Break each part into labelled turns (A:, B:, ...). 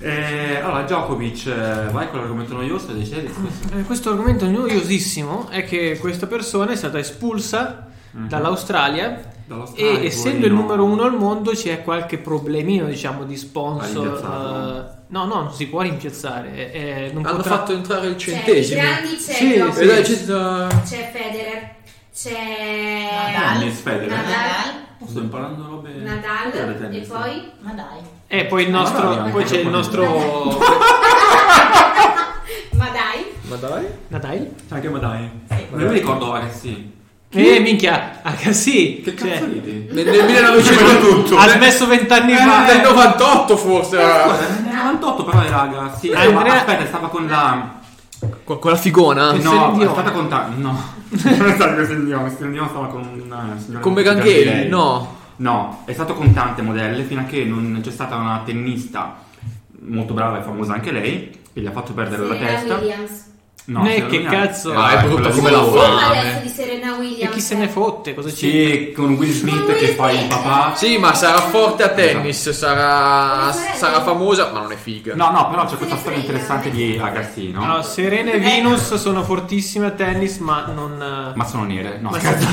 A: Allora Djokovic, vai con l'argomento noioso dei Celtics.
B: Questo argomento noiosissimo è che questa persona è stata espulsa dall'Australia e essendo il numero 1 al mondo c'è qualche problemino, diciamo, di sponsor. No, non si può rimpiazzare. Non
C: hanno fatto entrare il
D: C'è
C: centesimo.
D: i grandi, c'è
B: Sì,
D: Djokovic,
B: sì.
D: c'è Federer, c'è
A: Nadal. Sto imparando robe.
D: Nadal e poi
E: Ma dai.
B: E poi il nostro, poi c'è il nostro
D: ma dai,
B: Nadal.
A: Anche ma dai. Non mi ricordo che sì.
B: Minchia, sì.
A: Che cazzo ridi?
C: Nel 1900
B: Ha smesso 20 anni fa.
C: nel 98 forse.
A: Nel 98 però raga, sì.
B: Andrea-
A: Aspetta, stava con la.
C: Con la figona.
A: No,
B: Dion.
A: è stata con no. Non stava con Celine Dion, stava con una signora.
C: Con Meghan Gale? No.
A: No, è stato con tante modelle fino a che non c'è stata una tennista molto brava e famosa anche lei che gli ha fatto perdere la
D: Serena
A: testa.
D: Williams.
A: No,
B: Che
A: Serena Williams.
B: cazzo?
C: Ah, è brutta come la
D: Parla
C: fame.
D: adesso di Serena Williams.
B: E chi se ne fotte? Cosa c'è?
A: Sì, con Will Smith che fa il papà.
C: Sì, ma sarà forte a tennis, sarà famosa, ma non è figa.
A: No, però c'è questa storia interessante di Agassi, no?
B: Allora, Serena e Venus sono fortissime a tennis, ma non.
A: Ma sono nere? No,
B: Ma
A: scherzo.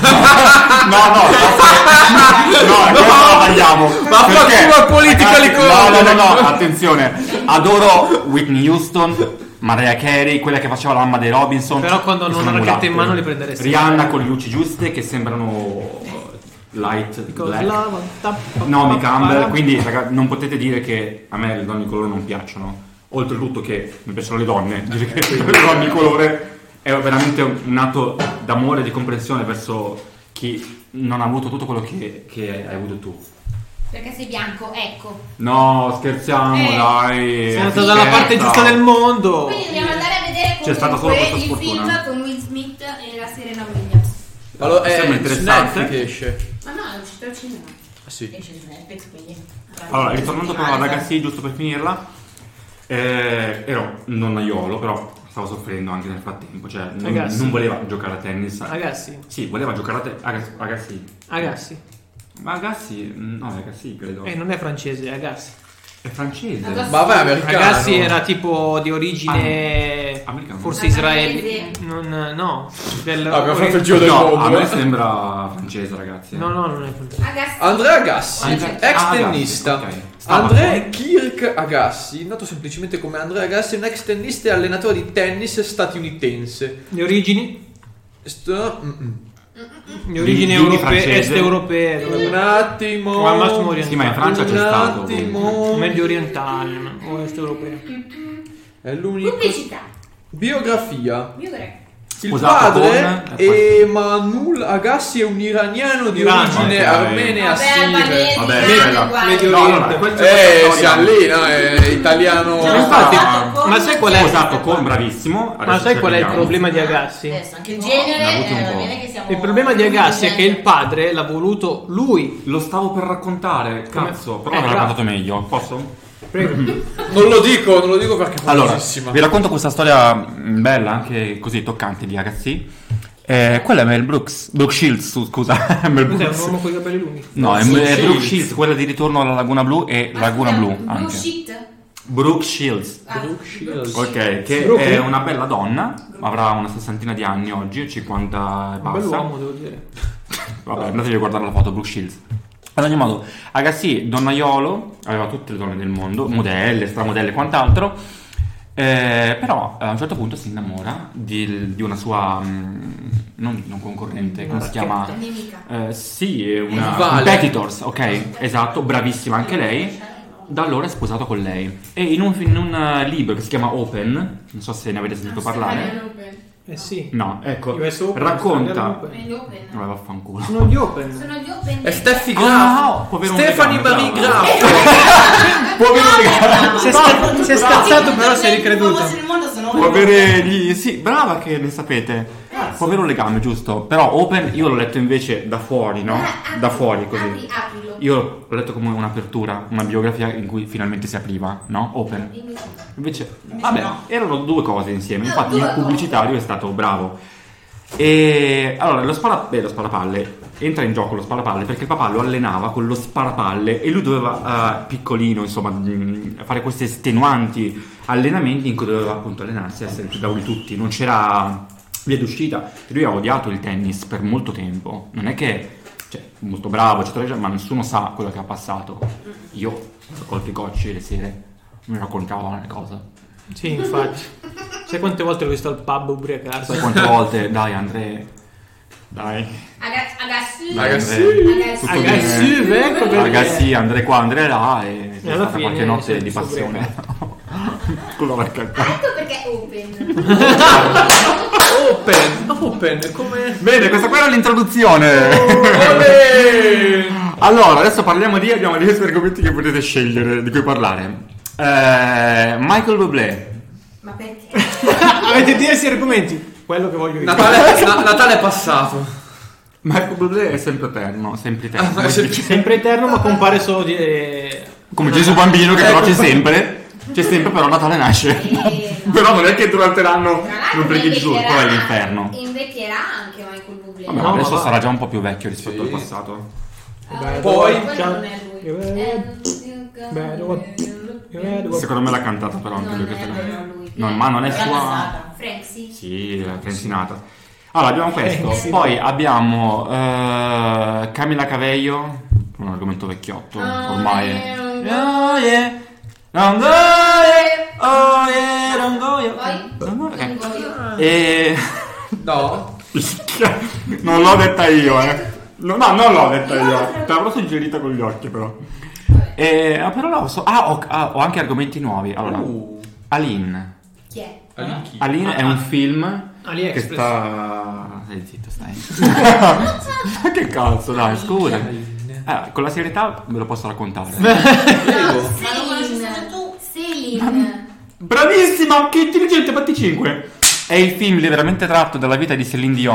A: No, la tagliamo.
C: Ma
A: Perché?
C: fa politica li
A: No, attenzione. Adoro Whitney Houston, Mariah Carey, quella che faceva la mamma dei Robinson.
B: Però quando
A: che
B: non
A: sono
B: ha la carta in
A: mulatte.
B: mano li prenderesti.
A: Rihanna con le luci giuste che sembrano light
B: Because
A: black.
B: love on top of
A: Naomi
B: my
A: Campbell,
B: heart.
A: quindi ragazzi, non potete dire che a me le donne di colore non piacciono. Oltretutto che mi piacciono le donne, dire che le donne di colore è veramente un atto d'amore e di comprensione verso chi non ha avuto tutto quello che hai avuto tu.
D: Perché sei bianco, ecco.
A: No, scherziamo, dai.
B: Sei andato dalla parte giusta del mondo.
D: Quindi dobbiamo andare a vedere
A: C'è stata solo
D: comunque
A: questa
D: il film
A: sfortuna.
D: con Will Smith e la Serena Williams.
C: Allora,
A: Mi sembra
C: su
A: interessante.
C: Netflix esce.
D: Ma no, è uscito al cinema.
C: Ah, sì.
E: Esce su Netflix, quindi.
A: Allora, ritornando però a Ragazzi, giusto per finirla, ero un nonnaiolo, però stavo soffrendo anche nel frattempo, cioè non voleva giocare a tennis.
B: Agassi.
A: Sì, voleva giocare a Agassi.
B: Agassi.
A: Ma Agassi, no, Agassi credo.
B: Non è francese, è Agassi.
A: È francese.
D: Agassi.
C: Ma vai americano.
B: Agassi era tipo di origine
A: americano.
B: forse
D: Israelese.
B: israeliana. No,
C: Abbiamo fatto il giro del
A: No, a
C: mondo.
A: me sembra francese, ragazzi.
B: No, non è francese.
D: Agassi.
C: Andrea Agassi,
A: Andrea-
C: ex
A: Agassi,
C: tennista.
A: ok. Stava
C: Andrea
A: con-
C: Kirk Agassi, noto semplicemente come Andrea Agassi, è un ex tennista e allenatore di tennis statunitense.
B: Le origini? Le origini
A: Quindi
B: europee,
A: francese.
B: est europee.
C: Un attimo.
B: Ma al massimo orientale.
A: Sì, ma in Francia c'è stato.
C: attimo.
B: Medio orientale o est europeo.
C: È l'unico.
D: Pubblicità.
C: Biografia.
D: Mio greco.
C: Il
A: Sposato
C: padre
A: con-
C: Emanuel Agassi è un iraniano di
B: Iran,
C: origine
A: ok.
C: armene
D: Vabbè,
C: assire.
D: albanesi,
A: Vabbè,
D: grandi
A: quella-
D: uguali.
B: Medio
A: No, allora,
B: Oriente.
A: questa è una storia-
C: Siamo lì, no? È italiano.
D: Cioè,
B: infatti,
D: sposato con-
B: ma sai qual è?
A: Sposato con bravissimo.
B: Ma
A: adesso
B: sai
A: ci
B: qual è il
A: arriviamo.
B: problema di Agassi?
E: Adesso anche il
A: Ne
E: genere.
A: ha avuto un po'.
E: va bene che siamo.
B: Il problema di Agassi è che il padre l'ha voluto lui.
A: Lo stavo per raccontare, cazzo, però l'ho
B: bravo.
A: raccontato meglio. Posso?
B: Prego.
C: Non lo dico perché è
A: Allora,
C: famosissima.
A: vi racconto questa storia bella, anche così toccante di Agassi. Quella è Mel Brooks. Brooke Shields, scusa. Mel
B: Cos'è, un
A: Brooks.
B: uomo con i capelli lunghi?
A: No, è Brooke Shields, quella di Ritorno alla Laguna Blu e Laguna Blu
D: Blue
A: anche.
D: shit?
A: Brooke Shields.
C: Brooke Shields.
A: Ok, che
B: Brooklyn?
A: è una bella donna, avrà una sessantina di anni oggi, 50 e
B: Un bel
A: passa.
B: uomo, devo dire.
A: Vabbè, andatevi a guardare la foto, Brooke Shields. Ad ogni modo, Agassi, donnaiolo, aveva tutte le donne del mondo, modelle, stramodelle e quant'altro, però a un certo punto si innamora di una sua, non concorrente, come si chiama?
D: Nemica.
A: Sì, è una
C: Rivale.
A: competitors, ok, esatto, bravissima anche lei. Da allora è sposato con lei. E in un libro che si chiama Open, non so se ne avete sentito parlare.
B: Sì.
A: No, ecco,
B: US Open,
A: racconta.
B: Australian Open.
A: Vabbè, vaffanculo.
B: Sono gli Open.
D: Sono gli open.
C: È Steffi
A: Ah,
C: Graf.
A: povero
C: Stephanie
A: legame,
C: Marie
A: bravo.
C: Graf.
A: Povero
B: Si è scazzato, però si è ricreduto.
E: Nel mondo sono
A: Può avere gli... Sì, brava che ne sapete. Può avere un legame, giusto? Però Open io l'ho letto invece da fuori, no? Da fuori così.
D: Aprilo.
A: Io l'ho letto come un'apertura, una biografia in cui finalmente si apriva, no? Open. Invece, vabbè, erano due cose insieme. Infatti il pubblicitario è stato bravo. E allora lo sparapalle entra in gioco lo sparapalle perché il papà lo allenava con lo sparapalle e lui doveva, piccolino, insomma, fare questi estenuanti allenamenti in cui doveva appunto allenarsi a essere più bravo di tutti. Non c'era via d'uscita. Lui ha odiato il tennis per molto tempo. Non è che, cioè, molto bravo, eccetera, ma nessuno sa quello che ha passato. Io, colpi cocci le sere, mi raccontavo le cose.
B: Sì, infatti. Sai quante volte l'ho visto al pub ubriacarsi?
A: Sai quante volte? Dai, Andrea. Dai.
C: Ragazzi,
B: ecco perché.
A: Ragazzi, Andrea qua, Andrea là e c'è
B: alla
A: stata
B: fine
A: qualche notte
B: si
A: di passione. Quello perché.
D: Ecco perché open.
C: Open, come...
A: Bene, questa qua era l'introduzione. Allora, adesso abbiamo diversi argomenti che potete scegliere, di cui parlare. Michael Bublé.
D: Ma perché?
B: Avete diversi argomenti. Quello che voglio io.
C: Natale è passato.
A: Michael Bublé è sempre eterno, sempre eterno.
B: Sempre eterno, ma compare solo di.
A: Come Gesù bambino che però c'è sempre. C'è sempre, però Natale nasce.
D: No.
A: Però non è che durante l'anno
D: Tra l'altro
A: non preghi Gesù, poi è l'inferno.
D: Invecchierà anche Michael Bublé.
A: Vabbè,
B: No,
A: adesso
B: ma va.
A: sarà già un po' più vecchio rispetto
C: Sì.
A: al passato.
C: Poi-
D: quello non è lui.
A: Secondo me l'ha cantata però anche
D: Non
A: lui
D: è
A: questa
D: vero,
A: canzone.
D: lui.
A: No, ma non è
E: Era
A: sua.
E: passata.
D: Frank, sì.
A: Sì, la Francinata. Allora, abbiamo questo.
B: Sì.
A: Poi abbiamo Camila Cabello, un argomento vecchiotto, ormai. Oh yeah, don't go yeah, oh yeah, don't go yeah.
D: Poi
A: Ok.
D: vengo io.
A: E
C: No.
A: non l'ho detta io, no, non l'ho detta io. Te l'avrò suggerita con gli occhi, però. Però no, ho anche argomenti nuovi. Allora, Aline.
D: Chi è?
C: Alinchi.
A: Aline è un film che
B: AliExpress.
A: sta. Stai zitto, stai. Che cazzo, dai, scusa. Con la serietà ve lo posso raccontare.
C: Prego.
E: Ma lo conosci solo tu?
D: Celine.
A: Bravissima, che intelligente, fatti 5. È il film veramente tratto dalla vita di Celine Dion.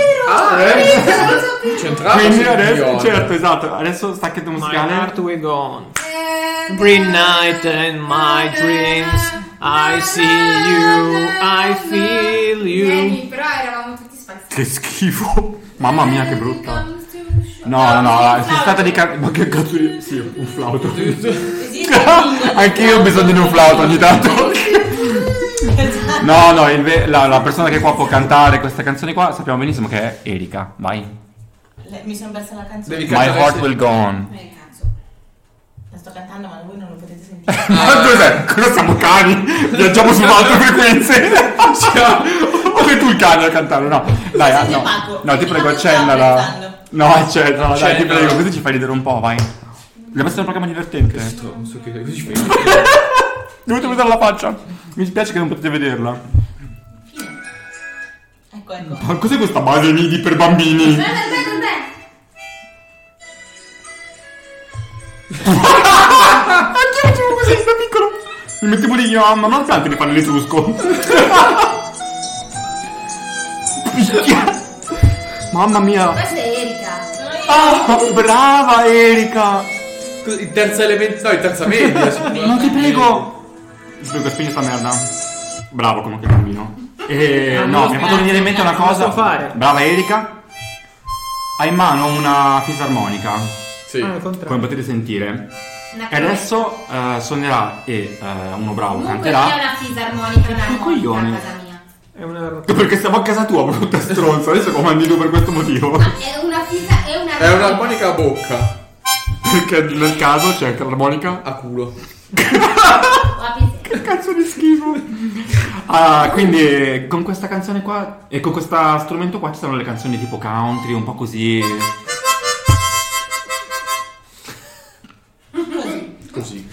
C: Centrato
A: Quindi
C: su
A: adesso,
C: Dion.
A: certo, esatto. Adesso stacchetto
B: My
A: musicale.
B: heart will go on. Every night in my dreams I see you, I feel you.
D: Vieni, però eravamo tutti spazzati.
A: Che schifo. Mamma mia, che brutta. No, sei stata di ma che cazzo di. Sì, un flauto.
E: Esiste il jingle.
A: Anche io ho bisogno di un flauto ogni tanto.
E: Esatto.
A: No, la persona che qua può cantare queste canzoni qua sappiamo benissimo che è Erika. Vai.
E: Mi sono persa la canzone.
C: Devi
A: My
C: cantare
A: heart
C: se-
A: will go on.
D: Cazzo.
E: La sto cantando, ma voi non lo potete sentire.
A: Ma cos'è? Cosa siamo cani? Viaggiamo su altre frequenze. O sei tu il cane a cantare? No, dai,
E: Senti,
A: no.
E: Paco,
A: No, ti
E: io
A: prego,
E: non sto
A: accennala.
E: apprezzando.
A: No, accennala, dai, ti
C: Accennala.
A: prego, così ci fai ridere un po', vai. Deve essere un programma divertente.
C: Non so che così fai.
A: Dovete vedere la faccia. Mi spiace che non potete vederla.
E: Fine. Ecco.
A: Ma cos'è questa base MIDI per bambini?
D: Vabbè.
A: Anche io facevo così da piccolo. Mi mettevo lì io, mamma, non tanto di fare l'etrusco. Mamma mia.
D: Questa è Erika.
A: Ah, brava Erika.
C: In terza elementare, no, in terza media.
A: Non ti prego. Ti prego, spegni sta merda. Bravo comunque bambino. No, mi ha fatto venire in mente una cosa.
B: Posso fare?
A: Brava Erika. Ha in mano una fisarmonica,
C: Sì.
B: Ah, al contrario.
A: come potete sentire.
D: Una
A: E adesso suonerà e uno bravo
D: Comunque
A: canterà.
D: io ho una fisarmonica, una
A: coglione.
D: armonica a casa mia.
B: È una.
A: Perché siamo a casa tua, brutta stronza. Adesso comandi tu per questo motivo.
D: È una
C: È un'armonica a bocca.
A: Perché nel caso c'è anche l'armonica.
C: A culo.
A: Che cazzo di schifo. Quindi con questa canzone qua e con questo strumento qua ci sono le canzoni tipo country, un po' così.
C: Così.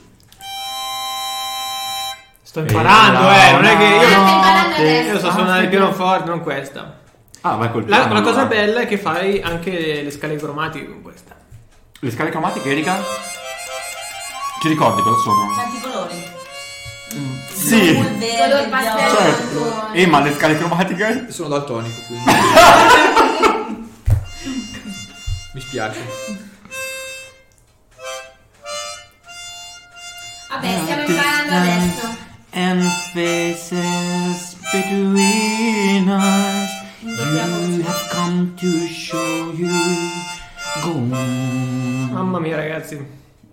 B: Sto imparando, non è che
D: Sto imparando adesso.
B: io so suonare il pianoforte, non questa.
A: Vai col
B: La
A: piano,
B: cosa
A: allora.
B: bella è che fai anche le scale cromatiche con questa.
A: Le scale cromatiche, Erika? Ci ricordi cosa sono?
E: Tanti colori.
A: Sì.
E: Blu,
D: Color
E: verde,
D: pastello.
A: Certo. Ma le scale cromatiche?
C: Sono daltonico, quindi. Mi spiace.
D: Vabbè, stiamo imparando adesso.
A: And faces between us. You have come to show you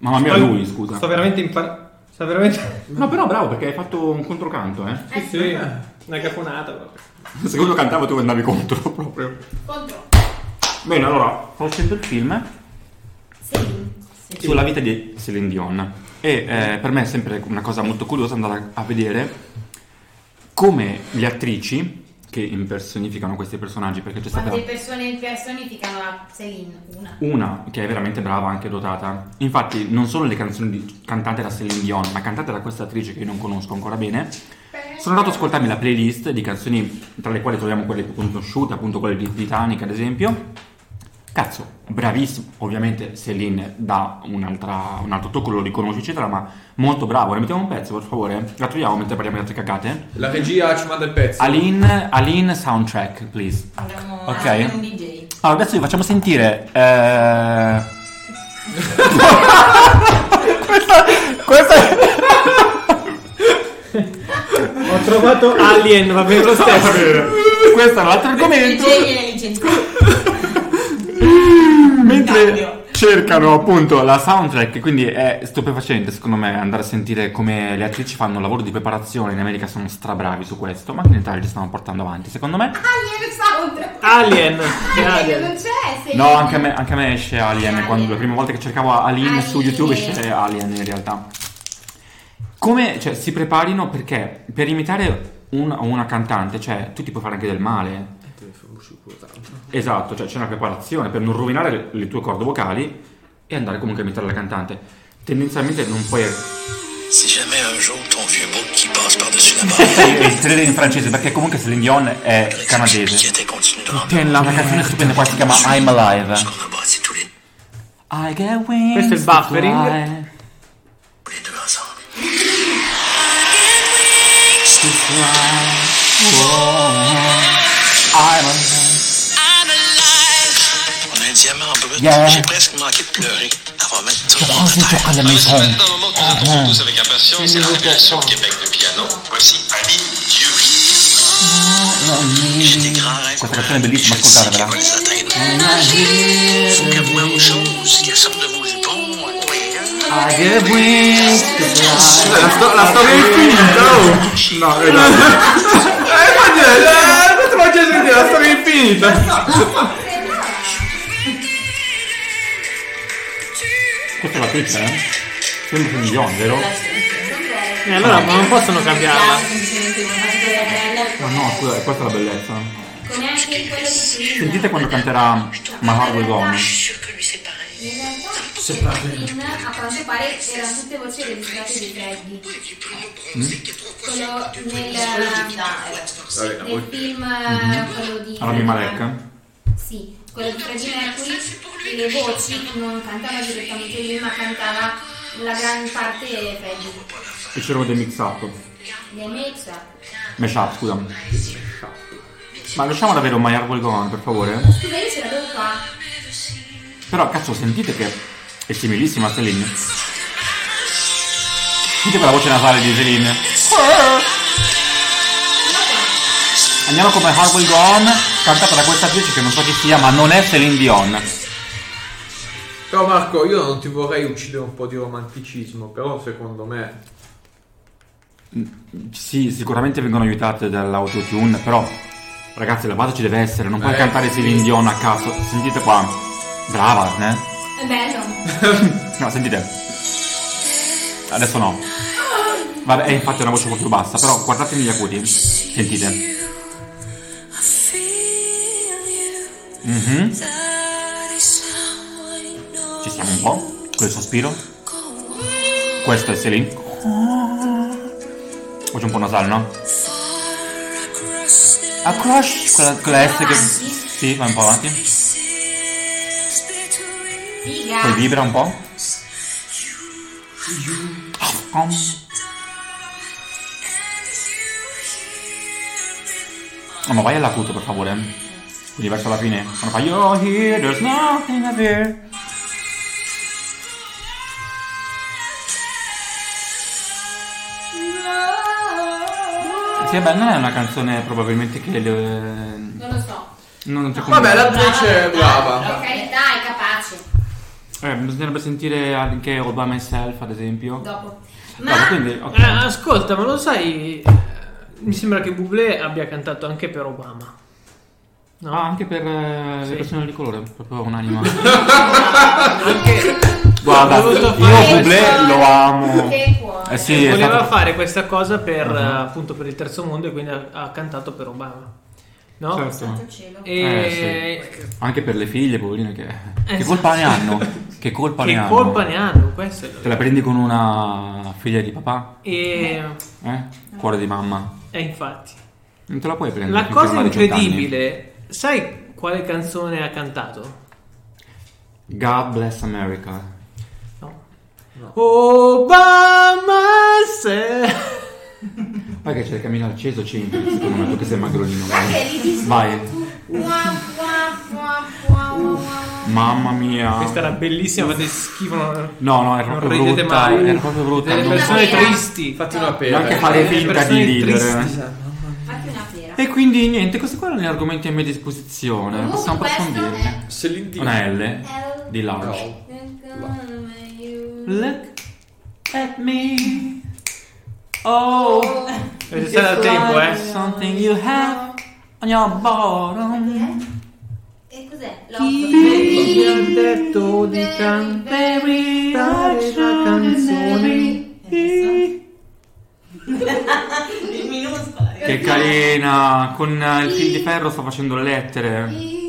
A: Mamma mia, lui, scusa.
B: Sto veramente sta veramente...
A: No, però bravo, perché hai fatto un controcanto, eh?
B: Sì, una caponata proprio.
A: Secondo cantavo tu andavi contro proprio.
D: Contro.
A: Bene, allora, ho scelto il film sulla vita di Celine Dion. E per me è sempre una cosa molto curiosa andare a vedere come le attrici che impersonificano questi personaggi, perché c'è stata
D: Quante persone impersonificano la Celine?
A: una che è veramente brava, anche dotata. Infatti non solo le canzoni cantate da Celine Dion, ma cantate da questa attrice che io non conosco ancora bene. Sono andato ad ascoltarmi la playlist di canzoni, tra le quali troviamo quelle più conosciute, appunto quelle di Titanic ad esempio. Cazzo, bravissimo. Ovviamente Celine dà un altro tocco, lo riconosci eccetera, ma molto bravo. Ne mettiamo un pezzo per favore? La troviamo mentre parliamo di altre cagate?
C: La regia ci manda il pezzo.
A: Aline soundtrack, please.
E: Abbiamo
A: Ok.
E: anche un DJ.
A: Allora adesso vi facciamo sentire questa
B: Ho trovato Alien, va bene lo stesso.
A: questo è un altro argomento.
E: DJ viene licenziato.
A: Mentre cercano appunto la soundtrack, quindi è stupefacente secondo me andare a sentire come le attrici fanno un lavoro di preparazione. In America sono strabravi su questo, ma anche in Italia li stanno portando avanti secondo me.
D: Alien sound.
B: Alien.
D: Alien non c'è. Celine.
A: No, anche a me esce Alien. Quando la prima volta che cercavo Alien su
D: Alien.
A: YouTube esce Alien in realtà. Come si preparino, perché per imitare una cantante, cioè tu ti puoi fare anche del male. Esatto, cioè c'è una preparazione per non rovinare le tue corde vocali e andare comunque a imitare la cantante. Tendenzialmente non puoi.
F: Si jamais un jour ton vieux bouc qui passe par-dessus la barre.
A: Tradere in francese, perché comunque Celine Dion è canadese. Una canzone stupenda qua si chiama I'm Alive. I get wings.
B: Questo è il buffering.
A: to fly. I'm alive.
F: On a un diamant brut.
A: Yeah.
F: J'ai presque manqué de pleurer avant de mettre tout le monde
A: Je
F: à terre.
A: à la maison.
G: Dans le moment que nous attendons tous avec impatience, c'est la révélation au Québec de piano.
F: Voici Ami Dieu. J'ai des grands rêves.
A: Questa canzone è bellissima,
F: Je sais
A: ascoltatela.
F: qu'il va les atteindre. Faut qu'avouer aux choses qu'elles sortent de vos jupons.
A: I get wings to fly.
C: La storia è infinita, oh!
A: No, esatto.
C: Faccio sentire, la storia è infinita!
A: Questa è la pizza, eh? Sembra un milione, vero?
B: Allora ma non possono cambiarla.
A: Ma no, scusa, questa è la bellezza.
D: Come anche quello di Celine.
A: Sentite quando canterà My Heart Will Go On.
D: In realtà Celine, a quanto pare erano tutte voci registrate di Freddy. Quello nel film quello di
A: Rami Malek.
D: Sì, quello di Freddie Mercury, le voci non cantava direttamente lui, ma cantava la gran parte Freddie.
A: E c'erano dei mix-up.
D: Dei mix-up.
A: Mashup, scusa. Ma riusciamo ad avere un My Heart Will Go On, per favore?
D: Scusa, io ce l'avevo qua.
A: Però, cazzo, sentite che è similissima a Celine. Sentite quella voce nasale di Celine. Andiamo con My Heart Will Go On, cantata da questa attrice che non so chi sia, ma non è Celine Dion.
C: Però Marco, io non ti vorrei uccidere un po' di romanticismo, però secondo me...
A: Sì, sicuramente vengono aiutate dall'autotune, però ragazzi la base ci deve essere, non puoi cantare Celine Dion a caso. Sentite qua, brava, eh?
D: È bello.
A: No, sentite. Adesso no. Vabbè, infatti è una voce un po' più bassa, però guardatemi gli acuti. Sentite. Ci siamo un po', quel sospiro. Questo è Celine. Voce un po' nasale, no? Across, quella S che... Sì, va un po' avanti.
D: Figa.
A: Poi vibra un po'. Oh, ma vai all'acuto per favore. Quindi verso la fine. Quando fa you're here, there's nothing I fear. Sì, beh, non è una canzone probabilmente che
D: Non lo so.
A: non c'è
C: Vabbè, l'attrice è brava.
D: Per carità, è capace.
A: Bisognerebbe sentire anche All By Myself, ad esempio.
D: Dopo.
A: Quindi, okay.
B: Ascolta, ma lo sai, mi sembra che Bublé abbia cantato anche per Obama. No?
A: Anche per le persone di colore, proprio un'anima.
B: Anche
A: Guarda, io Bublé lo amo.
D: Che cuore.
A: Sì,
B: voleva fare questa cosa per appunto per il terzo mondo e quindi ha cantato per Obama. No?
A: Certo.
D: Santo cielo.
B: E
A: Anche per le figlie, poverine, che colpa ne hanno? Che colpa ne hanno?
B: colpa ne hanno? Questo è
A: Te la prendi con una figlia di papà? Cuore di mamma.
B: Infatti.
A: Non te la puoi prendere.
B: La
A: finché non
B: cosa
A: hai 18 anni.
B: incredibile, sai quale canzone ha cantato?
A: God Bless America.
B: No. Obama se...
A: Vai che c'è il camino acceso, c'entri, secondo me, tu che sei magrolino.
D: Ma che li di
A: Vai.
D: Wow.
A: Mamma mia.
B: Questa era bellissima, fate schifo.
A: No, era proprio
B: ridete
A: brutta.
B: mai.
A: Era proprio brutta.
B: Delle
A: non-
B: persone
D: pera.
B: tristi.
C: Fatti una pera.
A: Neanche fare finta
B: persone
A: di ridere.
B: tristi.
D: Fatti una pera.
A: E quindi niente, questi qua erano gli argomenti a mia disposizione.
D: Comunque
A: Possiamo
D: questo
A: approfondire.
C: Celine Dion.
A: Una L di large. Look at me. Oh,
B: Avete stato al tempo,
A: something you have on your bottom.
D: E cos'è?
B: Chi ha detto di cantare la canzone?
E: Il minuscola.
A: Che carina, con il fil di ferro sta facendo le lettere.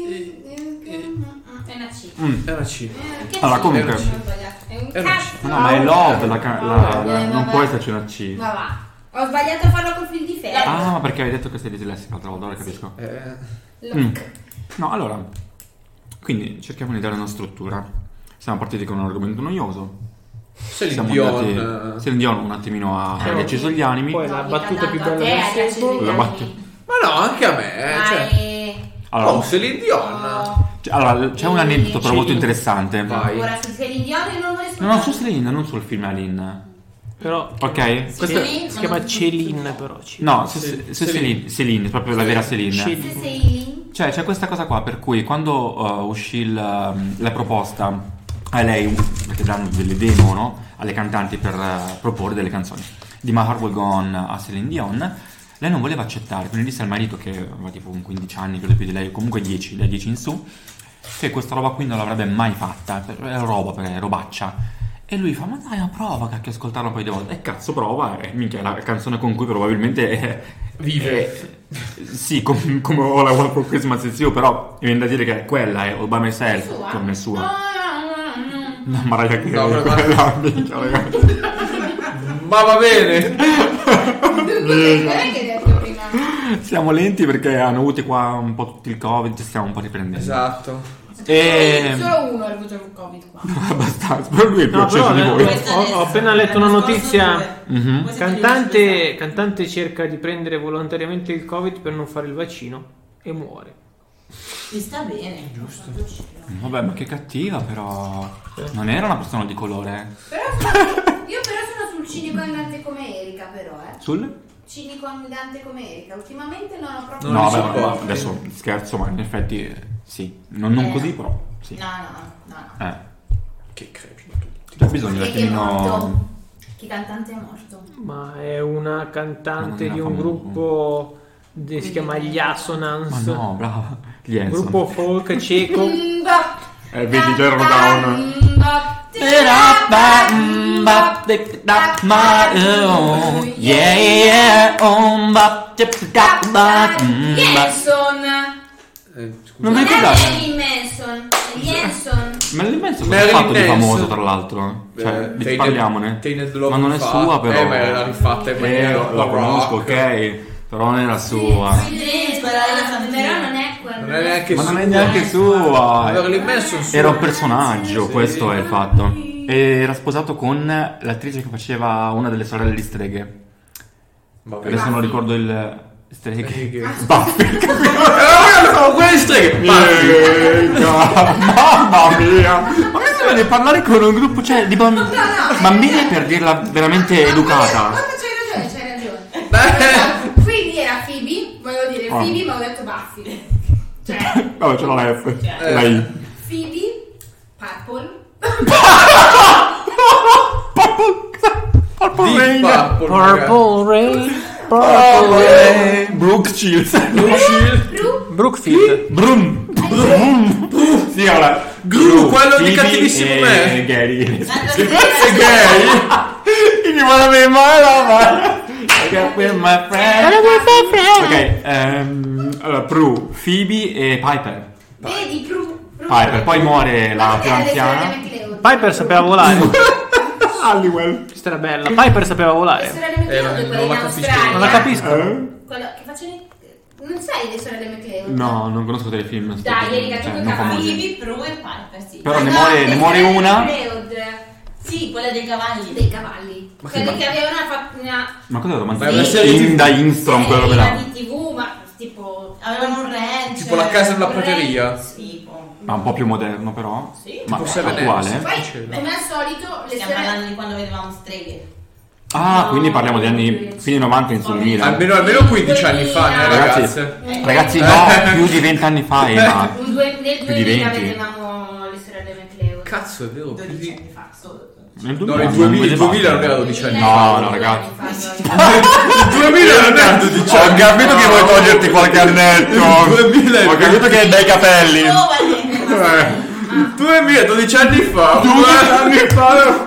D: È una C.
C: È una C.
A: Allora, comunque.
D: Ho sbagliato. È un
C: È una
D: cazzo.
A: No, ma è love, non può esserci una C.
D: Ma va. Ho sbagliato a farlo col fil di ferro.
A: Ah, ma perché avevi detto che sei dislessica l'altra volta, ora capisco.
D: Look.
A: No, allora, quindi cerchiamo di dare una struttura. Siamo partiti con un argomento noioso.
C: Celine Dion.
A: Celine Dion un attimino ha acceso gli animi.
B: Poi la battuta più
D: Tanto a
B: bella
D: te,
B: del
D: ragazzi,
B: tempo.
A: La battuta.
C: Ma no, anche a me. Cioè.
A: Allora,
C: Oh, Celine Dion.
A: allora, c'è un aneddoto però molto interessante.
C: Vai.
D: Ora su Celine Dion io non vorrei
A: No, su Celine, non sul film Aline.
B: Però
A: Ok?
B: questa
D: Celine,
B: si
D: ma
B: chiama
D: non-
B: Celine però.
A: No, su Celine, proprio la vera Celine.
B: Celine.
D: Se sei
A: Cioè, c'è questa cosa qua per cui quando uscì la proposta a lei, perché danno delle demo, no? Alle cantanti per proporre delle canzoni di My Heart Will Go On a Celine Dion, lei non voleva accettare, quindi disse al marito che aveva tipo un 15 anni, credo più di lei, comunque 10, da 10 in su, che questa roba qui non l'avrebbe mai fatta, era robaccia. E lui fa, ma dai, ma prova cacchio a ascoltarla un paio di volte. E cazzo prova, minchia, è la canzone con cui probabilmente
C: Vive.
A: sì, come All I Want for Christmas Is You, però mi viene da dire che quella è All By Myself, con è sua. No, Mariah Carey,
C: No, ma-
A: quella, minchia, ragazzi.
C: Ma va bene.
D: non è che hai detto prima.
A: Siamo lenti perché hanno avuto qua un po' tutto il Covid, ci stiamo un po' riprendendo.
C: Esatto.
D: Solo uno ha avuto il Covid qua.
A: Abbastanza, però lui è più
B: No,
A: acceso
B: però
A: di voi.
B: ho appena letto una notizia.
A: Mhm.
B: Cantante cerca di prendere volontariamente il Covid per non fare il vaccino e muore.
E: Ti sta bene. Giusto.
A: Vabbè, ma che cattiva però. Non era una persona di colore.
D: Io però sono sul cinico andante come Erika però,
A: Sul?
D: Cinico andante come Erika. Ultimamente non ho proprio...
C: Non
A: No,
C: li
A: vabbè,
C: sopporto.
A: ma adesso scherzo, ma in effetti sì. Non così, però sì.
D: No.
C: Che crepino tutti.
A: C'è bisogno un
D: Chi è morto?
A: attimino.
D: Che cantante è morto?
B: Ma è una cantante
A: Ma non
B: di
A: era
B: un
A: famoso.
B: gruppo si chiama gli
A: Ma
B: Assonance.
A: no, brava. Gli
B: Un
A: Hanson.
B: gruppo folk cieco.
A: Vedi, già erano down.
D: Jenson!
C: Scusa.
A: Non mi
D: Non è
A: ricordate?
D: Marilyn Manson, è Jenson.
A: Marilyn Manson cosa ha
C: Marilyn
A: fatto di
C: Manson.
A: famoso, tra l'altro? Cioè, parliamone.
C: Tainted Love
A: Ma non è
C: fa.
A: sua, però.
C: Ma l'ha rifatta in maniera
A: La conosco,
C: rock.
A: ok. Però non era sua.
D: Però non è quello.
C: Non è neanche
A: Ma
C: sua.
A: non è neanche sua.
C: Marilyn Manson sua.
A: Era un personaggio,
C: Sì.
A: questo è il fatto. E era sposato con l'attrice che faceva una delle sorelle di Streghe.
C: Vabbè.
A: Adesso non ricordo il... Streghe.
C: Streghe.
A: Buffy.
C: Sono queste.
A: Mamma mia. Ma mi sembra di parlare con un gruppo, cioè, di bambini per dirla veramente educata.
D: No, c'hai ragione. Quindi era Phoebe, volevo dire
A: Ah.
D: Phoebe, ma ho detto Buffy. Cioè,
A: Vabbè, c'era la F. La I.
D: Phoebe, Purple,
A: Purple Rain.
B: Purple Rain.
A: Brooke Shields.
B: Brookfield.
A: Brum. Sì, allora.
C: Gru, quello di
A: Phoebe
C: cattivissimo
A: e
C: me.
A: Gary.
C: Sei gay?
A: You wanna be my lover? I got with my friend. Ok, allora Prue, Phoebe e Piper.
D: Vedi,
A: Piper, poi muore la più anziana.
B: Piper sapeva volare.
A: Halliwell.
B: Questa era bella. Piper sapeva volare.
D: Le sorelle McLeod, quelle
C: non la
D: in
C: capisco.
D: Australia.
B: Non la capisco.
D: Quella che facevano. Non sai le sorelle McLeod?
A: No, non conosco telefilm.
D: Dai, Erika, tu
A: non
D: che
A: famosi.
E: Phoebe, Prue e Piper, sì.
A: Però ne muore una.
E: Sì, quella dei cavalli.
D: Dei cavalli. Quelli che avevano una
A: Ma cosa devo
C: Ma è
A: mangiare?
C: una serie
A: Inda Instrom, quello
D: serie
A: là.
D: di TV, ma tipo
E: Avevano un ranch.
C: Tipo la casa della prateria.
E: Tipo.
A: Ma un po' più moderno però.
E: Sì.
A: Ma
C: Tipo Seven
A: attuale?
C: Hills.
D: poi come al solito le
E: Stiamo
D: sorelle
E: parlando di quando vedevamo streghe.
A: Ah,
D: No,
A: quindi parliamo di anni fine 90 in sul 2000.
C: Almeno 15 anni fa, ragazze.
A: Ragazzi, no, più di 20 anni fa, ma
D: nel
A: più di
D: 2000
A: 20.
D: vedevamo le sorelle McLeod.
C: Cazzo, è vero.
E: 12 anni fa, solo.
A: Nel
C: No, nel 2000 non era 12 anni.
A: No, ragazzi.
C: Il 2000 non era 12 anni.
A: Ho capito che vuoi toglierti qualche annetto.
C: Il 2000
A: Ho capito che hai bei capelli.
E: Giovane.
C: 2000, 12 anni fa.
A: 12 anni fa.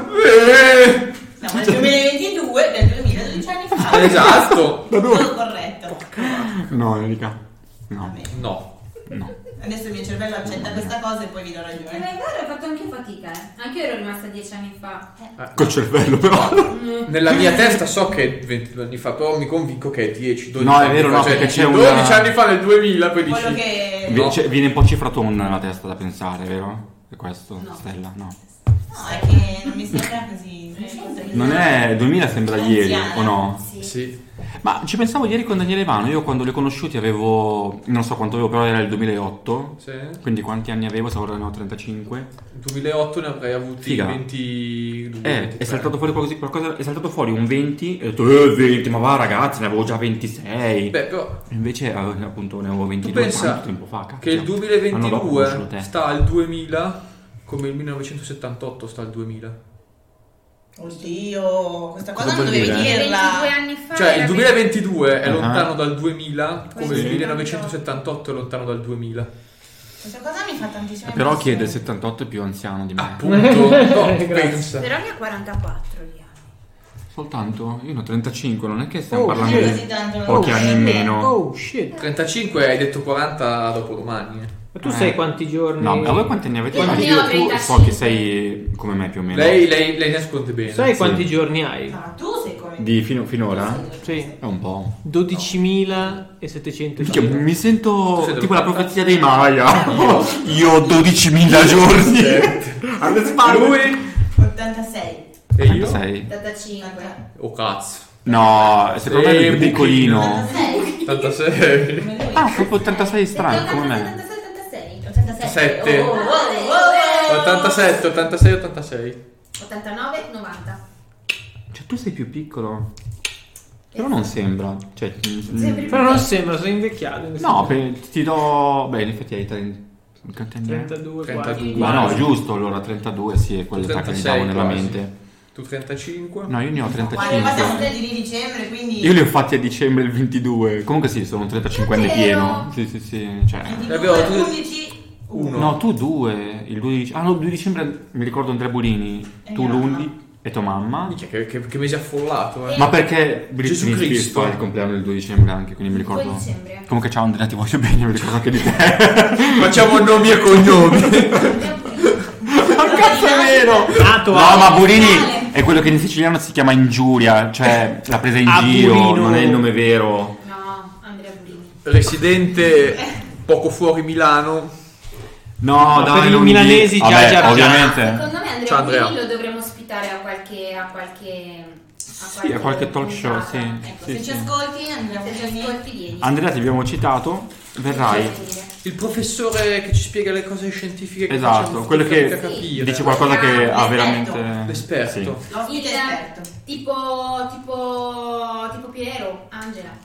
E: Siamo nel 2022, del 2000, 12 anni fa.
C: Esatto.
E: Tutto corretto.
A: No, Erika. No.
C: No.
E: Adesso il mio cervello accetta questa cosa e poi vi do
D: Ma è
E: ragione.
D: vero, ho fatto anche fatica, Anche io ero rimasta 10 anni fa.
A: Col cervello però.
C: Nella mia testa so che è 22 anni fa, però mi convinco che è 10, 12
A: No, è
C: anni
A: vero,
C: fa.
A: no,
C: Cioè,
A: perché c'è
C: 12
A: una-
C: anni fa nel 2000, poi
E: Quello
C: dici...
E: che...
C: No.
A: Viene un po' cifratona nella testa da pensare, vero? È questo,
E: No.
A: Stella? No.
E: No, è che non mi sembra così...
A: Non è 2000 sembra ieri, o no?
C: Sì.
A: Ma ci pensavo ieri con Daniele Vano, io quando li ho conosciuti avevo, non so quanto avevo, però era il 2008,
C: Sì.
A: quindi quanti anni avevo, se ora ne ho 35.
C: Nel 2008 ne avrei avuti
A: Figa.
C: 22.
A: È
C: 23.
A: saltato fuori qualcosa, è saltato fuori un 20 e ho detto 20, ma va ragazzi, ne avevo già 26.
C: Beh, però
A: E invece appunto ne avevo
C: tu
A: 22
C: pensa
A: quanto tempo fa, cazzo.
C: che il
A: L'anno dopo ho conosciuto
C: 2022
A: te.
C: sta al 2000 come il 1978 sta al 2000.
E: Oddio, questa cosa
A: Cosa
E: non
A: vuol
E: dovevi
A: dire?
D: 22
E: dirla.
D: anni fa.
C: Cioè il
D: era
C: 2022 è
A: Ah.
C: lontano dal 2000 come
D: Sì.
C: il 1978 è lontano dal 2000.
E: Questa cosa mi fa tantissimo
A: Però chi è del
E: impressione.
A: 78 è più anziano di me.
C: Appunto. No,
B: Grazie.
C: pensa.
D: Però ne ha 44 di anni.
A: Soltanto? Io ne ho 35, non è che stiamo
B: Oh,
A: parlando
B: sì.
A: di
E: Così tanto non
A: pochi
E: lo
A: anni in meno.
B: Oh shit.
C: 35 hai detto 40 dopo domani.
B: Ma tu sai quanti giorni?
A: No, a voi quanti anni avete?
D: Io
A: Ah,
D: ne ho
A: tu
D: 35.
A: so che sei come me più o meno.
C: Lei ne ascolta bene.
B: Sai
A: Sì.
B: quanti giorni hai?
E: Ma tu sei come...
A: Di finora?
B: Sì.
A: È un po'.
B: 12.700.
A: Minchia, mi sento
C: sei
A: tipo la
C: dello-
A: profezia dei Maya. Io ho 12.000 giorni. Alle spalle.
C: Lui
E: 86.
C: e io?
A: Sei?
D: 85.
C: Oh cazzo.
A: No, secondo me è più piccolino.
E: 86.
C: 86.
E: Come lui.
A: Ah, proprio 86 strano come me.
D: 86.
C: 87.
E: Oh, oh, oh.
C: 87, 86, 86.
D: 89, 90.
A: Cioè tu sei più piccolo. Però non sembra. Cioè,
D: Sembri
B: Però non sembra, sono invecchiato.
A: no, ti do... Beh, in effetti hai 30... Quanti anni hai?
B: 32,
C: 32.
A: Ma no, è giusto, allora 32 sì, è quell'età che mi
C: 36
A: davo nella
C: quasi.
A: mente.
C: Tu 35?
A: No, io ne ho
E: Guarda, qua siamo
A: 35.
E: tutti di dicembre, quindi...
A: Io li ho fatti a dicembre il 22. Comunque sì, sono un 35enne pieno.
D: Davvero?
A: Sì, cioè...
C: Abbiamo tutti-
E: 11...
C: Uno.
A: No, tu due, il 2 dicembre. Ah no, il 2 dicembre mi ricordo Andrea Bolini, tu
E: mia mamma.
A: l'11 e tua mamma.
C: Minchia, che mese affollato,
A: Ma perché
C: Gesù
A: Britney Spears
C: Cristo.
A: fa il compleanno del 2 dicembre anche, quindi mi ricordo.
D: 2 dicembre.
A: Comunque ciao Andrea, ti voglio bene, mi ricordo anche di te.
C: Facciamo nomi e cognomi.
A: Cazzo è vero!
B: Nato
A: No,
B: a...
A: ma Burini è quello che in siciliano si chiama ingiuria, cioè l'ha presa in
B: Ah,
A: giro,
B: Burino.
A: non è il nome vero.
D: No, Andrea Burini.
C: Residente poco fuori Milano.
A: No,
B: Ma
A: dai,
B: per i
A: non
B: milanesi
A: di-
B: già,
A: Vabbè,
B: già, già.
A: ovviamente.
D: Secondo me Andrea
C: Ciao, Andrea.
D: Burini lo dovremmo ospitare a qualche
A: talk show,
D: puntata.
A: sì.
E: Ecco, se ci ascolti, Andrea
D: Se ci
E: Burini.
D: ascolti vieni.
A: Andrea, ti abbiamo citato, verrai.
C: Il professore che ci spiega le cose scientifiche che
A: Esatto,
C: facciamo
A: quello che
C: fatica a capire.
A: dice qualcosa che ha
E: L'esperto.
A: veramente...
C: L'esperto.
A: Sì.
E: L'ospite esperto.
D: Tipo Piero, Angela.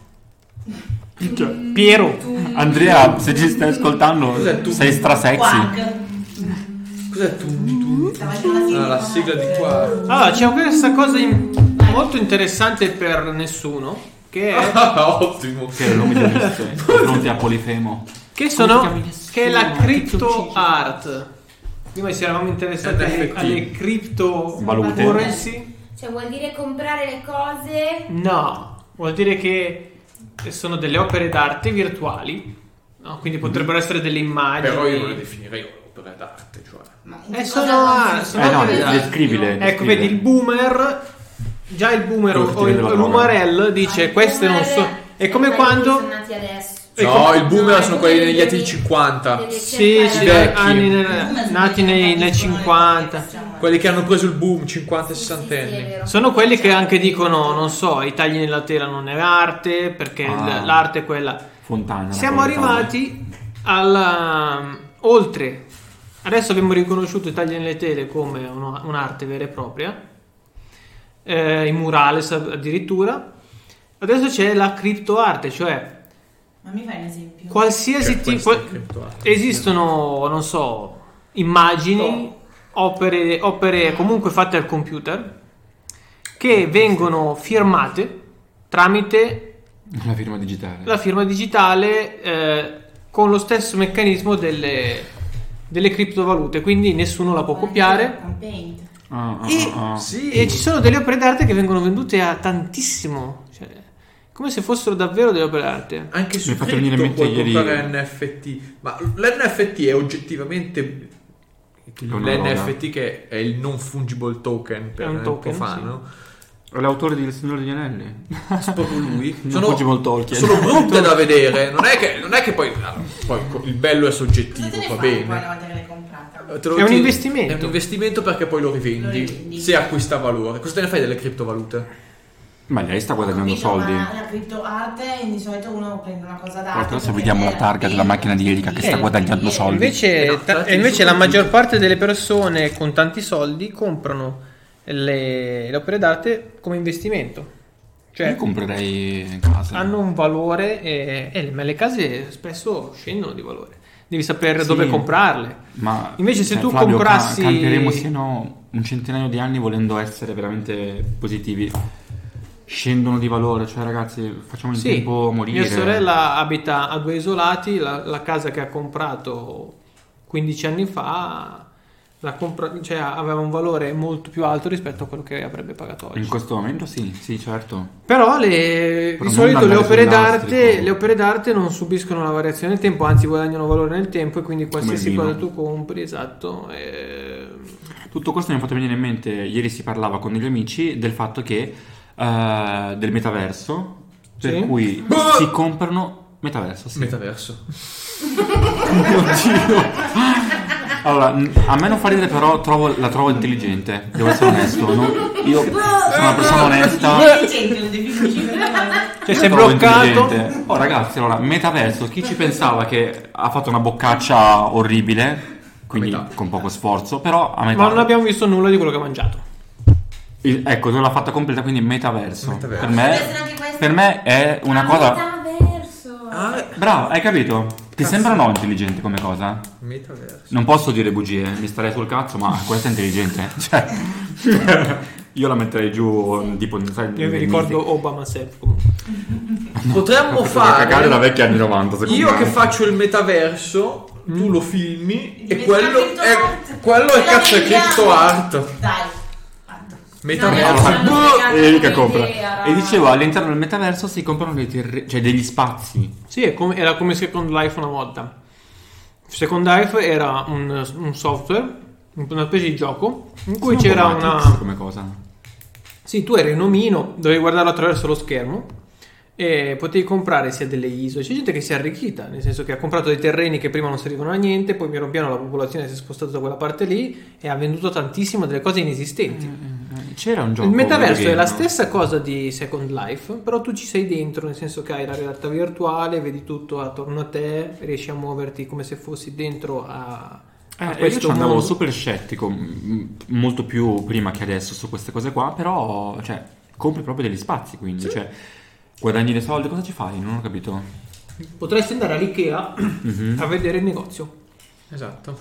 B: Piero.
A: Andrea, se ci stai ascoltando,
C: Cos'è tu?
A: sei stra sexy.
E: Quark.
C: Cos'è Cos'è la sigla di qua?
B: Allora, c'è questa cosa molto interessante per nessuno, che è
C: ottimo.
A: Che è l'omidionista fronte a Polifemo.
B: che è la crypto art. Prima ci eravamo interessati alle crypto currency.
D: Cioè vuol dire comprare le cose?
B: No, vuol dire che sono delle opere d'arte virtuali, no? Quindi potrebbero essere delle immagini.
C: Però io non le definirei opere d'arte, cioè.
B: Sono opere d'arte.
A: Descrivile.
B: Ecco, vedi il boomer, già il boomer o l'umarell dice queste non so. È come quando
D: sono nati adesso.
C: No, il boomer sono quelli degli anni 50.
B: Sì,
C: vecchi.
B: nati nei 50.
C: Quelli che hanno preso il boom 50 e 60 anni.
B: Sono quelli che anche dicono, non so, i tagli nella tela non è arte, perché l'arte è quella.
A: Fontana.
B: Siamo arrivati alla oltre. Adesso abbiamo riconosciuto i tagli nelle tele come un'arte vera e propria. I murales addirittura. Adesso c'è la criptoarte, cioè
E: Ma mi fai un esempio?
B: qualsiasi tipo. Esistono, non so, immagini, opere comunque fatte al computer che vengono firmate tramite
A: la firma digitale.
B: Con lo stesso meccanismo delle criptovalute, quindi nessuno la può copiare.
E: Un paint.
B: E ci sono delle opere d'arte che vengono vendute a tantissimo, cioè, come se fossero davvero delle opere d'arte.
C: Anche su
A: Mi è fatto venire in
C: cripto
A: mente
C: puoi
A: ieri
C: comprare NFT. Ma l'NFT è oggettivamente l'NFT che è il non fungible token per il profano.
A: L'autore di Il Signore degli Anelli.
C: Proprio lui.
A: Sono
C: Sono brutte da vedere. Non è che poi il bello è soggettivo,
E: Cosa te ne
C: va
E: fai
C: bene.
E: poi una volta che l'hai comprato?
B: È un investimento.
C: È un investimento perché poi lo rivendi. Se acquista valore. Cosa te ne fai delle criptovalute?
A: Ma lei sta guadagnando soldi.
E: Ma la criptoarte di solito uno prende una cosa d'arte.
A: Adesso vediamo la targa della macchina di Erika che sta guadagnando soldi.
B: Invece la maggior parte delle persone con tanti soldi comprano le opere d'arte come investimento. Cioè
A: io comprerei case.
B: Hanno un valore ma le case spesso scendono di valore. Devi sapere dove comprarle.
A: Ma
B: invece se tu
A: Flavio,
B: comprassi
A: camperemo siano un centinaio di anni volendo essere veramente positivi. Scendono di valore, cioè ragazzi, facciamo il tempo a morire.
B: Mia sorella abita a Due Isolati, la casa che ha comprato 15 anni fa cioè aveva un valore molto più alto rispetto a quello che avrebbe pagato oggi.
A: In questo momento sì, certo.
B: Però di solito le opere d'arte non subiscono la variazione del tempo, anzi guadagnano valore nel tempo, e quindi qualsiasi cosa tu compri, esatto.
A: Tutto questo mi ha fatto venire in mente, ieri si parlava con degli amici del fatto che del metaverso, per cui si comprano metaverso. Oddio. Allora, a me non fa ridere, però la trovo intelligente, devo essere onesto, no? Io sono una persona onesta.
B: Cioè sei bloccato.
A: Oh ragazzi, allora, metaverso, chi ci pensava che ha fatto una boccaccia orribile, quindi con poco sforzo, però a metà.
B: Ma non abbiamo visto nulla di quello che ha mangiato.
A: Ecco, non l'ha fatta completa, quindi metaverso. Per me è una cosa. Bravo, hai capito? Ti sembra no intelligente come cosa?
C: Metaverso.
A: Non posso dire bugie, mi starei sul cazzo, ma questa è intelligente. Cioè, io la metterei giù tipo.
B: Io vi ricordo Obama Self comunque.
C: Potremmo fare
A: cagare la vecchia anni 90.
C: Io che faccio il metaverso, tu lo filmi e quello è cazzo è crypto art.
E: Dai.
C: Metaverso.
A: Erika compra. E dicevo, all'interno del metaverso si comprano cioè degli spazi.
B: Sì, era come Second Life una volta. Second Life era un software, una specie di gioco in cui c'era una.
A: Come cosa?
B: Sì, tu eri un omino, dovevi guardarlo attraverso lo schermo e potevi comprare sia delle isole. C'è gente che si è arricchita, nel senso che ha comprato dei terreni che prima non servivano a niente, poi piano piano la popolazione si è spostata da quella parte lì e ha venduto tantissimo delle cose inesistenti.
A: C'era un gioco.
B: Il metaverso è la stessa cosa di Second Life, però tu ci sei dentro, nel senso che hai la realtà virtuale, vedi tutto attorno a te, riesci a muoverti come se fossi dentro a questo
A: io andavo
B: mondo.
A: super scettico, molto più prima che adesso su queste cose qua, però cioè compri proprio degli spazi, quindi cioè guadagni dei soldi, cosa ci fai? Non ho capito.
B: Potresti andare all'Ikea a vedere il negozio.
C: Esatto.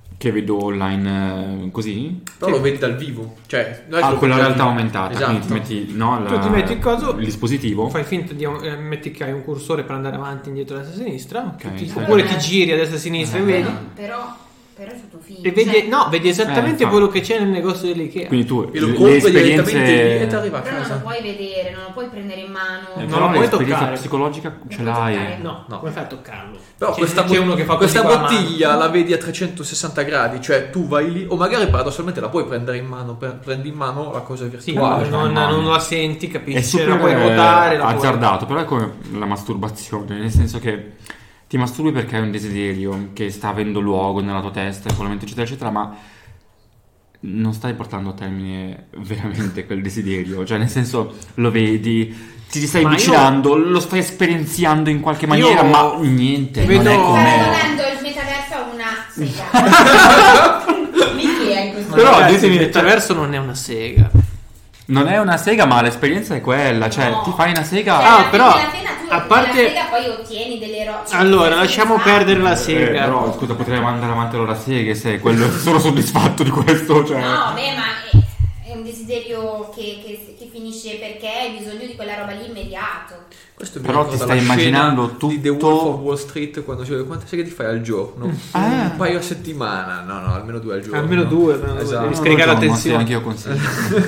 A: Che vedo online così?
C: Però lo vedi dal vivo, cioè
A: con la realtà aumentata,
C: esatto.
A: Quindi ti metti,
B: tu ti metti il coso,
A: il dispositivo,
B: fai finta di metti che hai un cursore per andare avanti, indietro, a destra, a sinistra,
A: okay,
B: oppure ti giri a destra e a sinistra e vedi.
D: Però è tutto finto.
B: E vedi, vedi esattamente quello che c'è nel negozio dell'IKEA.
A: Quindi tu
C: e lo compri direttamente lì e ti arriva a
D: però
C: casa.
D: non lo puoi vedere, non lo puoi prendere in mano.
B: Non lo puoi toccare.
A: Psicologica ce l'hai.
B: No, come fai a toccarlo?
C: Però
B: c'è uno che fa
C: questa
B: così
C: bottiglia la vedi a 360 gradi, cioè tu vai lì o magari paradossalmente la puoi prendere in mano, prendi in mano la cosa virtuale.
B: Sì, non la senti, capisci?
A: È super
B: la puoi votare,
A: azzardato, però è come la masturbazione, nel senso che ti masturbi perché hai un desiderio che sta avendo luogo nella tua testa, eccetera eccetera, ma non stai portando a termine veramente quel desiderio, cioè nel senso lo vedi, ti stai avvicinando, lo stai esperienziando in qualche maniera, ma niente, non è come...
D: Stai donando il metaverso a una sega.
E: L'IKEA in questo
A: Però
B: il metaverso non è una sega.
A: Non è una sega, ma l'esperienza è quella, cioè ti fai una sega...
B: però
D: a parte la sega poi ottieni delle rocce.
B: Allora, lasciamo perdere la sega.
A: Però scusa, potrei andare avanti allora seghe se quello sono soddisfatto di questo, cioè...
D: No, ma è un desiderio che finisce perché hai bisogno di quella roba lì immediato.
C: Questo
A: però ti stai immaginando tutto
C: di The Wolf of Wall Street, quando ci quante seghe ti fai al giorno? Un paio a settimana, no, almeno 2 al giorno.
B: Almeno 2,
C: esatto.
B: Devi scaricare l'attenzione.
A: Anche io consiglio.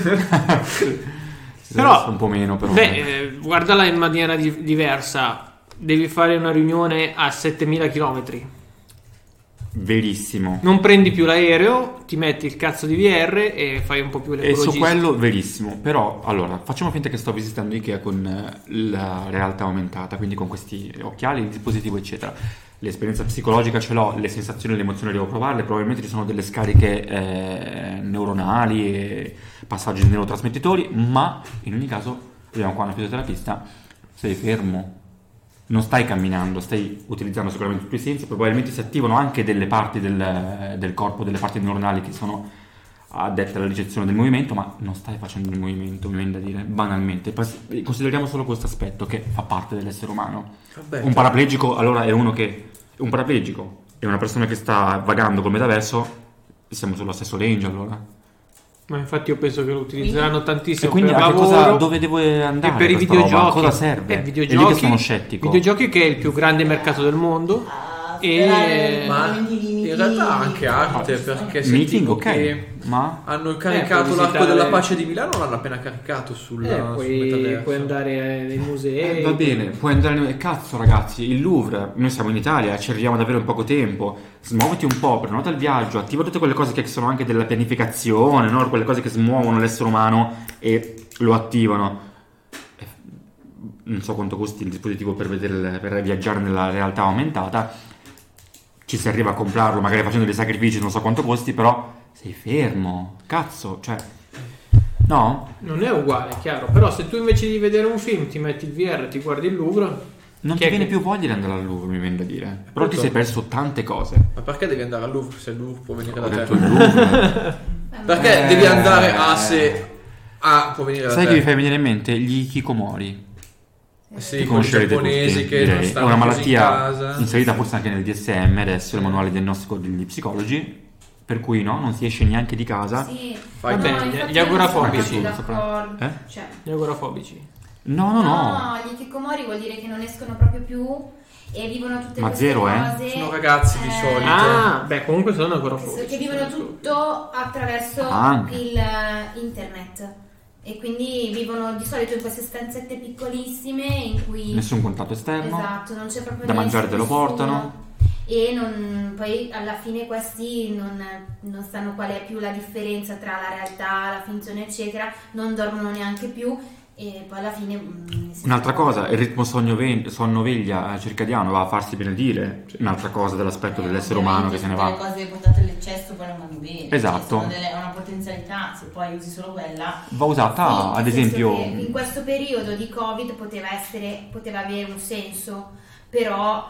B: Però
A: un po' meno, però.
B: Guardala in maniera diversa. Devi fare una riunione a 7000 km.
A: Verissimo.
B: Non prendi più l'aereo, ti metti il cazzo di VR e fai un po' più l'ecologismo.
A: E su quello verissimo. Però allora facciamo finta che sto visitando Ikea con la realtà aumentata, quindi con questi occhiali, il dispositivo eccetera. L'esperienza psicologica ce l'ho, le sensazioni e le emozioni devo provarle, probabilmente ci sono delle scariche neuronali e passaggi di neurotrasmettitori, ma in ogni caso, vediamo qua una fisioterapista, sei fermo. Non stai camminando, stai utilizzando sicuramente tutti i sensi, probabilmente si attivano anche delle parti del corpo, delle parti neuronali che sono addette alla ricezione del movimento, ma non stai facendo il movimento, mi viene da dire, banalmente. Consideriamo solo questo aspetto che fa parte dell'essere umano.
C: Vabbè,
A: un paraplegico, allora è uno che... Un paraplegico e una persona che sta vagando col metaverso, siamo sullo stesso range allora.
B: Ma infatti io penso che lo utilizzeranno tantissimo
A: e quindi
B: per
A: lavoro, dove devo andare
B: e per i videogiochi.
A: Roba? Cosa serve?
B: Videogiochi,
A: è lì che sono scettico.
B: Videogiochi che è il più grande mercato del mondo.
C: Ma in realtà anche arte, perché
A: meeting,
C: ok,
A: ma
C: hanno caricato l'Arco della Pace di Milano, l'hanno appena caricato sul
B: puoi andare nei musei.
A: Va bene, puoi andare cazzo ragazzi, il Louvre, noi siamo in Italia, ci arriviamo ad avere un poco tempo, smuoviti un po', prenota il viaggio, attiva tutte quelle cose che sono anche della pianificazione, no? Quelle cose che smuovono l'essere umano e lo attivano. Non so quanto costi il dispositivo per viaggiare nella realtà aumentata. Ci si arriva a comprarlo magari facendo dei sacrifici, non so quanto costi, però sei fermo, cazzo, cioè no?
B: Non è uguale, chiaro, però se tu invece di vedere un film ti metti il VR, ti guardi il Louvre,
A: non ti viene più voglia di andare al Louvre, mi viene da dire. Però ti sei perso tante cose.
C: Ma perché devi andare al Louvre se il Louvre può venire da te?
A: Detto il Louvre.
C: Perché devi andare a può venire da te?
A: Sai che mi fai venire in mente gli hikikomori?
C: Sì, con i giapponesi che non stanno
A: è una
C: malattia
A: malattia
C: in casa.
A: inserita forse anche nel DSM adesso, il manuale diagnostico degli psicologi, per cui no, non si esce neanche di casa.
D: Sì.
B: Vabbè, gli agorafobici.
D: Gli
B: agorafobici.
A: No.
D: Gli hikikomori vuol dire che non escono proprio più e vivono tutte queste
A: zero,
D: cose.
C: Sono ragazzi di solito.
B: Ah, beh, comunque sono agorafobici.
D: Che vivono tutto attraverso il internet. E quindi vivono di solito in queste stanzette piccolissime in cui
A: nessun contatto esterno.
D: Esatto, non c'è proprio
A: da mangiare te lo portano.
D: E poi alla fine questi non sanno qual è più la differenza tra la realtà, la finzione eccetera, non dormono neanche più e poi alla fine
A: un'altra cosa, il ritmo sonno-veglia circadiano va a farsi benedire, un'altra cosa dell'aspetto dell'essere umano che se ne va.
E: Le cose portate all'eccesso poi non vanno bene.
A: Esatto.
E: È una potenzialità, se poi usi solo quella
A: va usata ad esempio
D: in questo periodo di Covid poteva avere un senso, però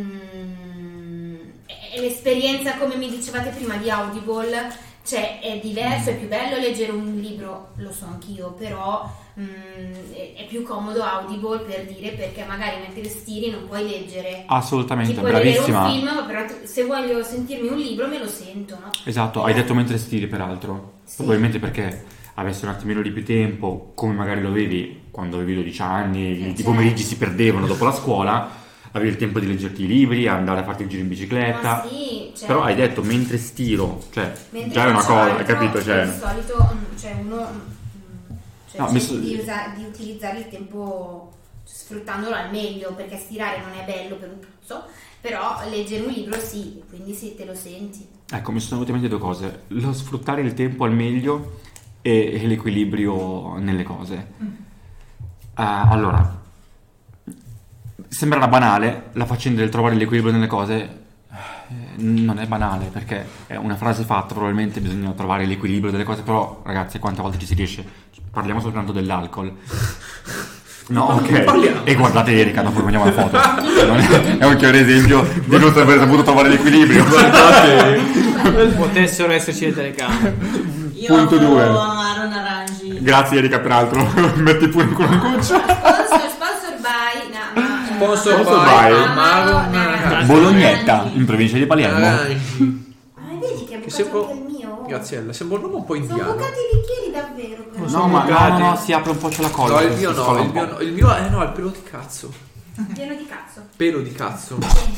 D: l'esperienza, come mi dicevate prima, di Audible, cioè è diverso, è più bello leggere un libro, lo so anch'io, però è più comodo Audible, per dire, perché magari mentre stiri non puoi leggere.
A: Assolutamente,
D: puoi
A: bravissima.
D: vedere un film, però se voglio sentirmi un libro me lo sento, no?
A: Esatto, hai detto mentre stiri peraltro.
D: Sì.
A: Probabilmente perché avessi un attimino di più tempo, come magari lo avevi quando avevi 12 anni, i pomeriggi si perdevano dopo la scuola, avevi il tempo di leggerti i libri, andare a farti il giro in bicicletta.
D: Ma sì, cioè,
A: però hai detto mentre stiro, cioè
D: mentre
A: già è una
D: faccio
A: cosa,
D: altro,
A: hai capito? Cioè,
D: di solito, cioè uno
A: No,
D: di utilizzare il tempo sfruttandolo al meglio, perché stirare non è bello per un puzzo, però leggere un libro sì, quindi sì, te lo senti.
A: ecco, mi sono venute in mente due cose: lo sfruttare il tempo al meglio e l'equilibrio nelle cose. Allora, sembrerà banale la faccenda del trovare l'equilibrio nelle cose. Non è banale, perché è una frase fatta, probabilmente bisogna trovare l'equilibrio delle cose, però ragazzi, quante volte ci si riesce? Parliamo soltanto dell'alcol. No, ok. E guardate Erika, dopo mandiamo la foto. È un chiaro esempio di non aver saputo trovare l'equilibrio.
B: Potessero esserci le telecamere.
E: Io
A: Punto 2.
E: amaro narangi.
A: Grazie Erika, peraltro. Metti pure con una cuccia.
D: Sponsor by
C: Sponsor
A: by
C: Amaro Narangi.
A: Bolognetta, in provincia di Palermo.
C: Narangi.
D: vedi che è bucato
C: sembra-
D: anche il mio?
C: Graziella, sembra un nome un po'
D: Sono
C: indiano.
D: bucati i bicchieri davvero, però.
A: No, ma no, si apre un po', c'è la colla.
C: No, il mio
A: si
C: no,
A: scolla
C: il
A: un
C: mio
A: po'.
C: no, il mio no, è il pelo di cazzo.
D: Pieno di cazzo.
C: Pelo di cazzo.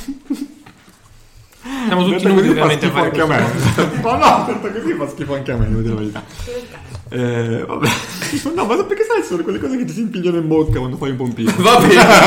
B: Siamo tutti nudi ovviamente a fare
A: anche a me.
B: questo.
A: Ma no, certo così fa schifo anche a me, devo dire la verità. Vabbè. No, ma perché sai, sono quelle cose che ti si impigliano in bocca quando fai un pompino.
C: Va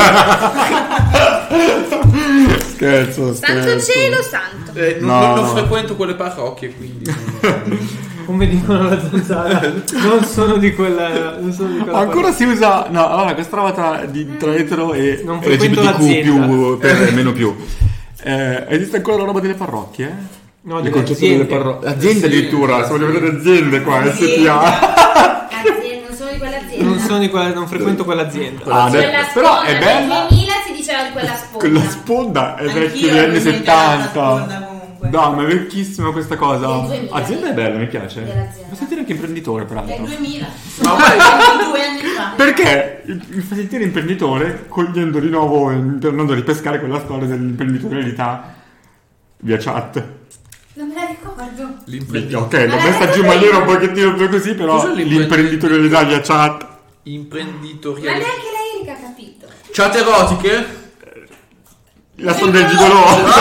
C: bene.
A: Scherzo,
D: Santo cielo santo.
C: Non frequento quelle parrocchie, quindi.
B: Come dicono la zanzara, non sono di quella. Non sono di quella
A: Ancora si usa. No, allora questa roba tra etero e
B: Non frequento
A: LGBTQ
B: l'azienda.
A: più per meno più. Esiste ancora la roba delle parrocchie?
B: No,
A: Il
B: delle
A: concetto
B: aziende.
A: delle parrocchie. Aziende addirittura, se voglio vedere aziende qua, SPA.
D: Non sono di quell'azienda.
B: Non sono di quella, non frequento quell'azienda.
A: Ah,
D: Quella
A: però
D: sponda
A: è
D: del
A: bella.
D: 2000 si diceva di quella sponda.
A: Quella sponda è
E: Anch'io
A: vecchia degli anni
E: ho inventato la
A: 70.
E: sponda comunque.
A: No, ma è vecchissima questa cosa.
D: Del 2000.
A: Azienda è bella, mi piace.
D: Dell'azienda.
A: Mi fa sentire anche imprenditore,
E: Del
A: peraltro.
E: 2000.
C: Ma ormai-
E: 22 anni fa.
A: Perché mi fa sentire imprenditore cogliendo di nuovo, tornando a ripescare quella storia dell'imprenditorialità via chat.
D: Non me la ricordo.
A: Ok, l'ho messa giù in maniera un pochettino più così, però
C: Cos'è
A: l'imprenditorialità via chat.
D: Ma
C: Imprenditoriale.
D: neanche la Erika ha capito.
C: Chat erotiche?
A: La storia del gigolò.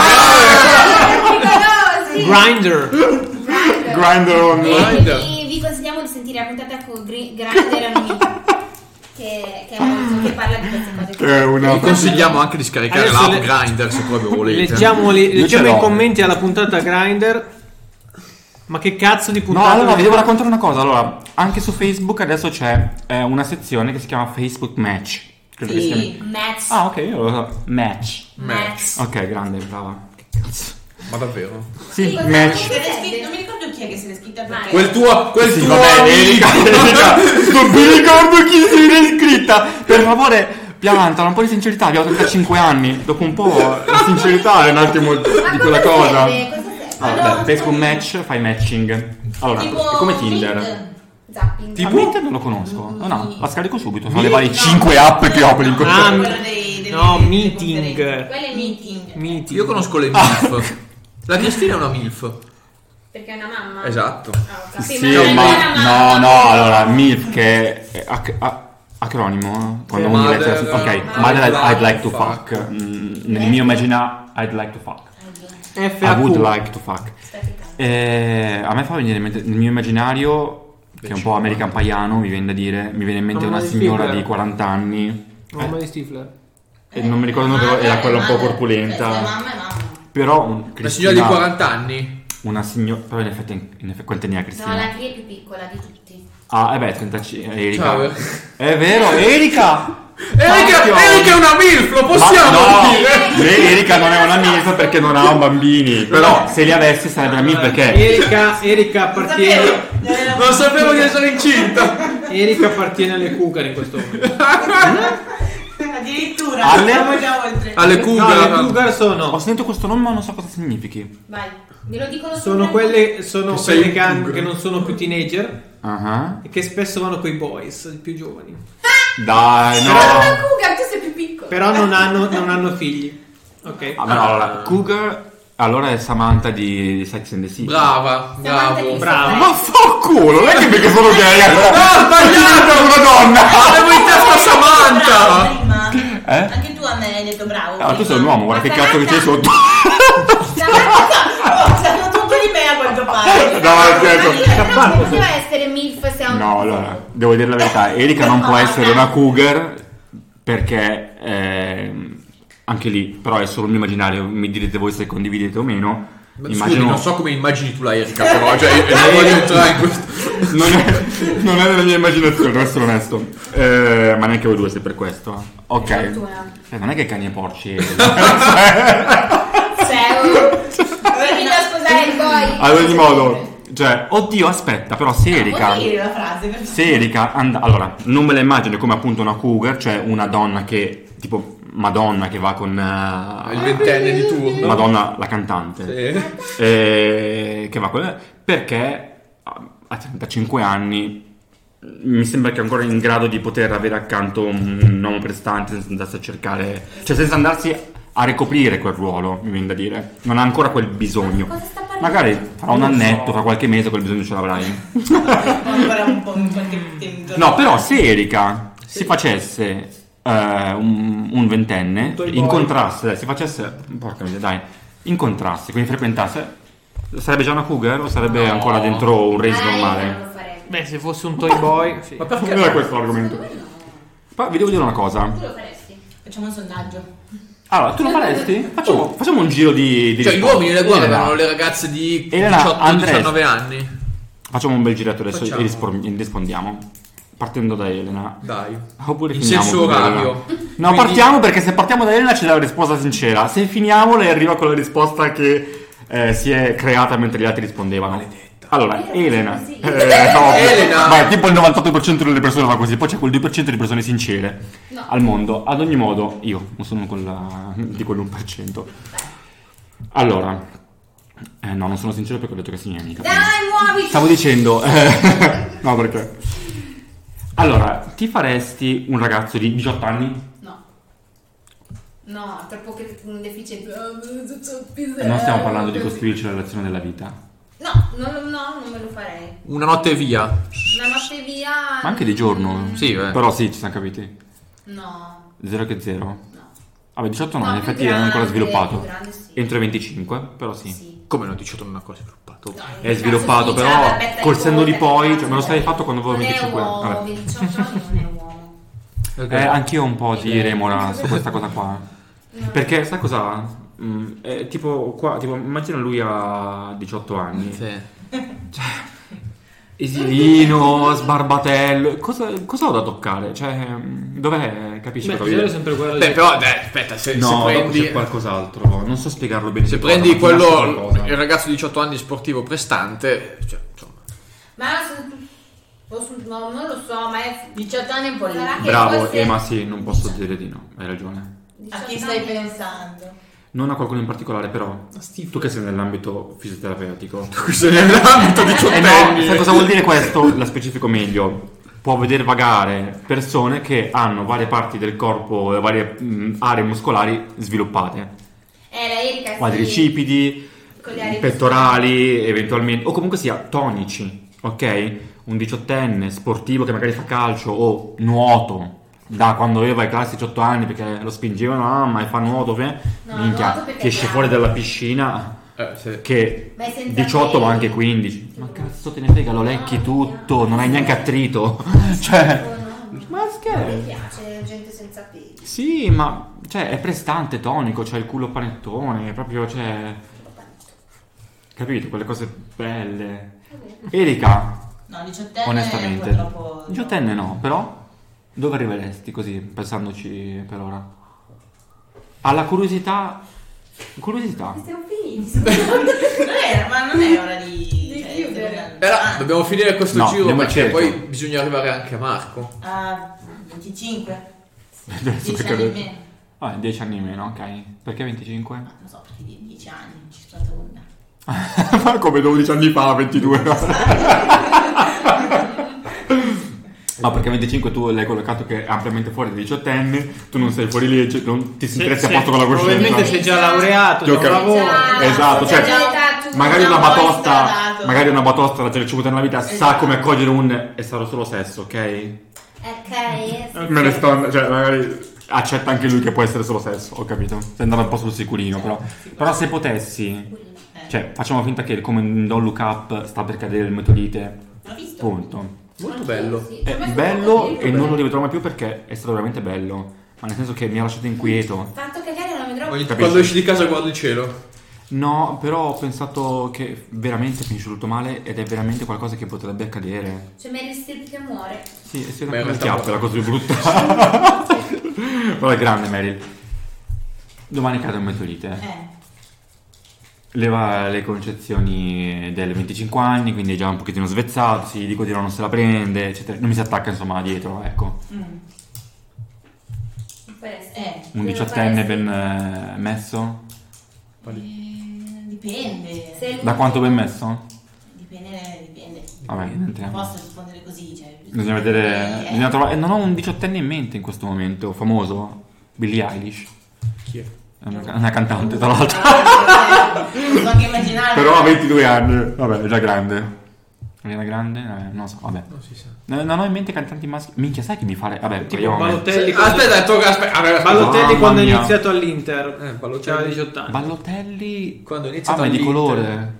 B: Grinder.
A: Grindr on.
C: Grindr.
D: Vi consigliamo di sentire la puntata con Grindr on Me, che è molto, che parla di queste cose.
A: Che è una.
C: Vi consigliamo anche di scaricare
B: Adesso
C: l'app
B: le-
C: Grindr se proprio volete.
B: Leggiamo
A: ce
B: i
A: l'ho.
B: commenti alla puntata Grinder. Ma che cazzo di
A: No,
B: puntata?
A: allora vi devo raccontare una cosa. Allora, anche su Facebook adesso c'è una sezione che si chiama Facebook Match. Credo che si chiami.
E: Sì.
D: Match.
A: Ah, ok, io lo so. Match.
D: Match.
A: Ok, grande, brava. Che cazzo.
C: Ma davvero?
A: Sì,
D: Cosa-
A: match.
E: Se l'è scritto- non mi ricordo chi è che se l'è scritta perché.
C: Quel tuo
A: Sì, va bene, Erika, non mi ricordo chi si è iscritta. Per favore, piantala un po' di sincerità. Abbiamo 35 anni. Dopo un po', la sincerità è un attimo di
D: Ma
A: quella
D: cosa
A: cosa.
D: serve? Cosa serve?
A: Allora, Facebook Match, fai matching. Allora,
E: Tipo
A: è come Tinder.
E: Tinder.
D: Zapping.
A: A Tinder non lo conosco. No, la scarico subito. Sono le
E: No.
A: varie 5 app che ho per
B: Ah,
A: incontrare.
E: Quella delle
B: no,
E: delle
B: meeting.
E: conferenze.
D: Quello è meeting.
B: Miti.
C: Io conosco le MILF. La Cristina è una MILF.
D: Perché è una mamma.
C: Esatto.
D: Ah, ho capito.
A: Sì,
D: non è una mamma.
A: no, allora, MILF che è acronimo, quando uno
C: Mother-
A: dice ok, Mother I'd like to fuck. Nel mio immaginario I'd like to fuck. I would
B: FAQ.
A: like to fuck. A me fa venire in mente nel mio immaginario, che è un po' American Paiano, mi viene da dire, mi viene in mente
B: Mamma
A: una
B: di
A: signora
B: Stifler.
A: di 40 anni.
B: Mamma di Stifler.
A: E non mi ricordo però era quella un po' corpulenta.
E: Mamma e mamma.
A: Però
C: Una signora di 40 anni.
A: una signora, però in effetti quanti ne ha Cristina?
D: No, la Cri è più piccola di tutti.
A: Ah, 35, Erika.
C: Ciao.
A: È vero, Erika!
C: Erika è una MILF, lo
A: Ma
C: possiamo
A: no,
C: dire?
A: Erika non è una MILF perché non ha bambini. Però se li avessi sarebbe una MILF perché
B: Erika appartiene.
C: Non sapevo di essere incinta.
B: Erika appartiene alle Cucare in questo momento.
E: Addirittura.
A: Alle-
E: Andiamo già oltre.
C: Alle
B: No,
C: Cougar.
B: le Cucare
A: ho
B: sono.
A: sentito questo nome ma non so cosa significhi.
D: Vai, me lo dicono
B: Sono
D: sempre.
B: quelle
C: Che sei un
B: che,
C: Cougar.
B: che non sono più teenager. e che spesso vanno coi boys, i più giovani.
A: Dai, no.
D: Però una cougar, tu sei più piccolo.
B: Però non hanno figli. Ok.
A: Allora, cougar allora è Samantha di Sex and the City.
C: Bravo.
A: Ma fa culo, non è che perché sono gay.
C: No, sbagliato,
A: una donna.
C: Avevo in testa Samantha.
E: Prima. Anche tu a me hai detto bravo.
A: Tu sei un uomo, guarda che cazzo che c'è sotto.
E: Sanno tutto di me a quanto pare.
A: No, certo.
D: Però non poteva essere MILF se ha un
A: No, allora, devo dire la verità, Erika non può essere una cougar perché anche lì, però è solo un immaginario, mi direte voi se condividete o meno.
C: Scusi, non so come immagini tu la Erika, però cioè, non voglio entrare in questo.
A: Non è nella mia immaginazione, devo essere onesto. Ma neanche voi due se per questo. Ok. Non è che cani e porci.
D: Venite a sposare il boy.
A: Ad ogni modo, cioè, oddio, aspetta, però se Erika.
E: Puoi dire la frase,
A: Se Erika allora, non me la immagino come appunto una cougar, cioè una donna che tipo Madonna che va con
C: il ventenne di turno.
A: Madonna la cantante.
C: Sì.
A: Che va con perché a 35 anni mi sembra che è ancora in grado di poter avere accanto un uomo prestante senza andarsi a cercare, cioè senza andarsi a ricoprire quel ruolo, mi viene da dire. Non ha ancora quel bisogno. Magari fra un annetto, fra qualche mese quel bisogno ce l'avrai.
E: ancora un po' qualche tempo.
A: No, però se Erika si facesse un ventenne, incontrasse, si facesse, porca miseria, dai, incontrasse, quindi frequentasse, sarebbe già una cougar o sarebbe ancora dentro un race normale?
B: Beh, se fosse un toy boy, sì.
A: Ma perché non è questo l'argomento? Ma vi devo dire una cosa.
D: Tu lo faresti?
E: Facciamo un sondaggio.
A: Allora, tu lo faresti? Facciamo un giro di
C: cioè, gli uomini le
A: Elena.
C: guardano le ragazze di
A: Elena,
C: 18-19 anni.
A: Facciamo un bel giretto adesso
C: Facciamo.
A: e rispondiamo. Partendo da Elena.
C: Dai.
A: Oppure
C: In
A: finiamo
C: senso
A: con Elena.
C: orario.
A: No,
C: Quindi-
A: partiamo perché se partiamo da Elena c'è la risposta sincera. Se finiamo lei arriva con la risposta che si è creata mentre gli altri rispondevano. Allora, Elena.
C: Elena.
A: Beh, tipo il 98% delle persone va così. Poi c'è quel 2% di persone sincere al mondo. Ad ogni modo, io non sono di quell'1%. Allora, no, non sono sincero perché ho detto che sei mia amica.
D: Dai, muoviti!
A: Stavo dicendo, no, perché? Allora, ti faresti un ragazzo di 18 anni?
D: No, troppo deficiente.
A: Non stiamo parlando di costruirci la relazione della vita.
D: No, non me lo farei.
C: Una notte via.
D: Una notte via.
A: Ma anche di giorno.
C: Sì,
A: Però sì, ci siamo capiti.
D: No.
A: 0 che 0.
D: No.
A: Vabbè, 18 no,
D: No,
A: in
D: più
A: effetti è ancora
D: grande,
A: sviluppato.
D: più grande, sì.
A: Entro i 25, però sì.
D: Sì.
C: Come no, 18 non è ancora sviluppato.
D: No,
A: È sviluppato,
D: cazzo, sì,
A: però
D: c'è la barbetta
A: col
D: di
A: senno di
D: coda,
A: poi,
D: cazzo.
A: cioè me lo sarei fatto quando avevo
D: Non
A: 25
D: è
A: anni.
D: uomo,
A: Vabbè.
D: 18 anni non è uomo.
A: Anch'io ho un po' di remora su questa cosa qua. Perché sai cosa? È tipo qua, tipo immagina lui a 18 anni.
C: Sì.
A: Esilino, sbarbatello, cosa ho da toccare? Cioè, dov'è? Capisci
B: Beh,
A: cosa
B: il
A: voglio
B: è
A: dire?
B: sempre quello
C: Beh,
B: di...
C: però dai, aspetta, se
A: No, dopo
C: prendi
A: c'è qualcos'altro, non so spiegarlo bene.
C: se
A: che cosa,
C: prendi
A: ma ti nasce
C: quello
A: qualcosa.
C: il ragazzo di 18 anni sportivo prestante, cioè, insomma.
D: Ma no, non lo so, ma è
E: 18 anni è un po' lì.
D: Sarà che
A: Bravo,
D: forse-
A: ma sì, non posso dire di no, hai ragione.
E: A chi stai pensando?
A: Non a qualcuno in particolare, però
B: Steve.
A: tu che sei nell'ambito fisioterapeutico.
C: Questo è nell'ambito di 18
A: No,
C: anni.
A: sai cosa vuol dire questo? La specifico meglio. Può vedere vagare persone che hanno varie parti del corpo, varie aree muscolari sviluppate.
D: la Erika sì.
A: Quadricipiti,
D: Con le aree
A: pettorali, eventualmente, o comunque sia tonici, ok? Un 18enne sportivo che magari fa calcio o nuoto da quando aveva i classici 8 anni perché lo spingevano, ma fa nuoto, minchia,
D: nuoto perché
A: che esce
D: è
A: fuori
D: grande.
A: dalla piscina.
C: Sì.
A: Che
D: Ma è senza
A: 18 ma
D: peli.
A: anche 15. Ma cazzo te ne frega, lo lecchi tutto, non hai neanche attrito. Cioè, ma
D: A me
A: scherzo.
D: piace gente senza peli.
A: Sì, ma cioè è prestante, tonico, c'è il culo panettone, proprio cioè capito, quelle cose belle. Erika,
E: No, 18enne
A: onestamente,
E: purtroppo...
A: 18enne no, però dove arriveresti così, pensandoci per ora? Alla curiosità.
D: Siamo finiti.
E: Ma non è ora di
D: chiudere.
C: Però dobbiamo finire questo
A: No,
C: giro
A: andiamo al
C: perché
A: cerchio.
C: poi bisogna arrivare anche a Marco.
E: A 25?
A: Adesso
E: 10
A: perché
E: anni
A: ho
E: in
A: detto-
E: meno.
A: Ah, 10 anni in meno, ok. Perché 25?
E: Non so, perché di 10 anni ci sono stata una.
A: Ma come 12 anni fa, 22. Ma perché 25 tu l'hai collocato che è ampiamente fuori dai 18 tu non sei fuori legge, non ti sentiresti a posto con la coscienza.
B: Probabilmente sei già laureato, già un lavoro.
A: Esatto, cioè magari una batosta l'ha già ricevuta nella vita, sa come accogliere un è stato solo sesso, ok? Me ne sto, cioè magari accetta anche lui che può essere solo sesso, ho capito. Stai andando un po' sul sicurino, però se potessi, cioè facciamo finta che come in Don't Look Up sta per cadere il meteorite, punto.
C: Molto bello.
A: È bello e non lo rivedrò mai più perché è stato veramente bello, ma nel senso che mi ha lasciato inquieto.
D: Tanto cagare non la vedrò.
C: Quando esci di casa guardi il cielo.
A: No, però ho pensato che veramente finisce tutto male ed è veramente qualcosa che potrebbe accadere.
D: C'è Meryl Streep che muore.
A: Sì, è sempre un chiappo, è la cosa più brutta. Però è grande Meryl. Domani cade un meteorite. Leva le concezioni delle 25 anni, quindi è già un pochettino svezzato, sì, dico di no, non se la prende, eccetera. Non mi si attacca insomma dietro, ecco. Un 18enne ben messo?
E: Dipende.
A: Da quanto ben messo?
E: Dipende.
A: Vabbè,
E: non posso rispondere così, cioè.
A: Bisogna vedere, bisogna trovare. Non ho un 18enne in mente in questo momento, famoso, Billie Eilish.
C: Chi è?
A: È una cantante tra l'altro.
E: Non so anche immaginare.
A: Però ha 22 anni, vabbè, è già grande. Era grande? Non so, vabbè.
C: Non si sa.
A: Non ho in mente cantanti maschi. Minchia, sai che mi fare? Vabbè,
B: tipo
A: io
B: Balotelli.
C: Aspetta.
B: Balotelli quando ha
A: mia.
B: iniziato all'Inter.
C: Balotelli.
B: C'aveva 18 anni.
A: Ballotelli
C: Quando iniziato
A: ma è di
C: all'Inter.
A: colore.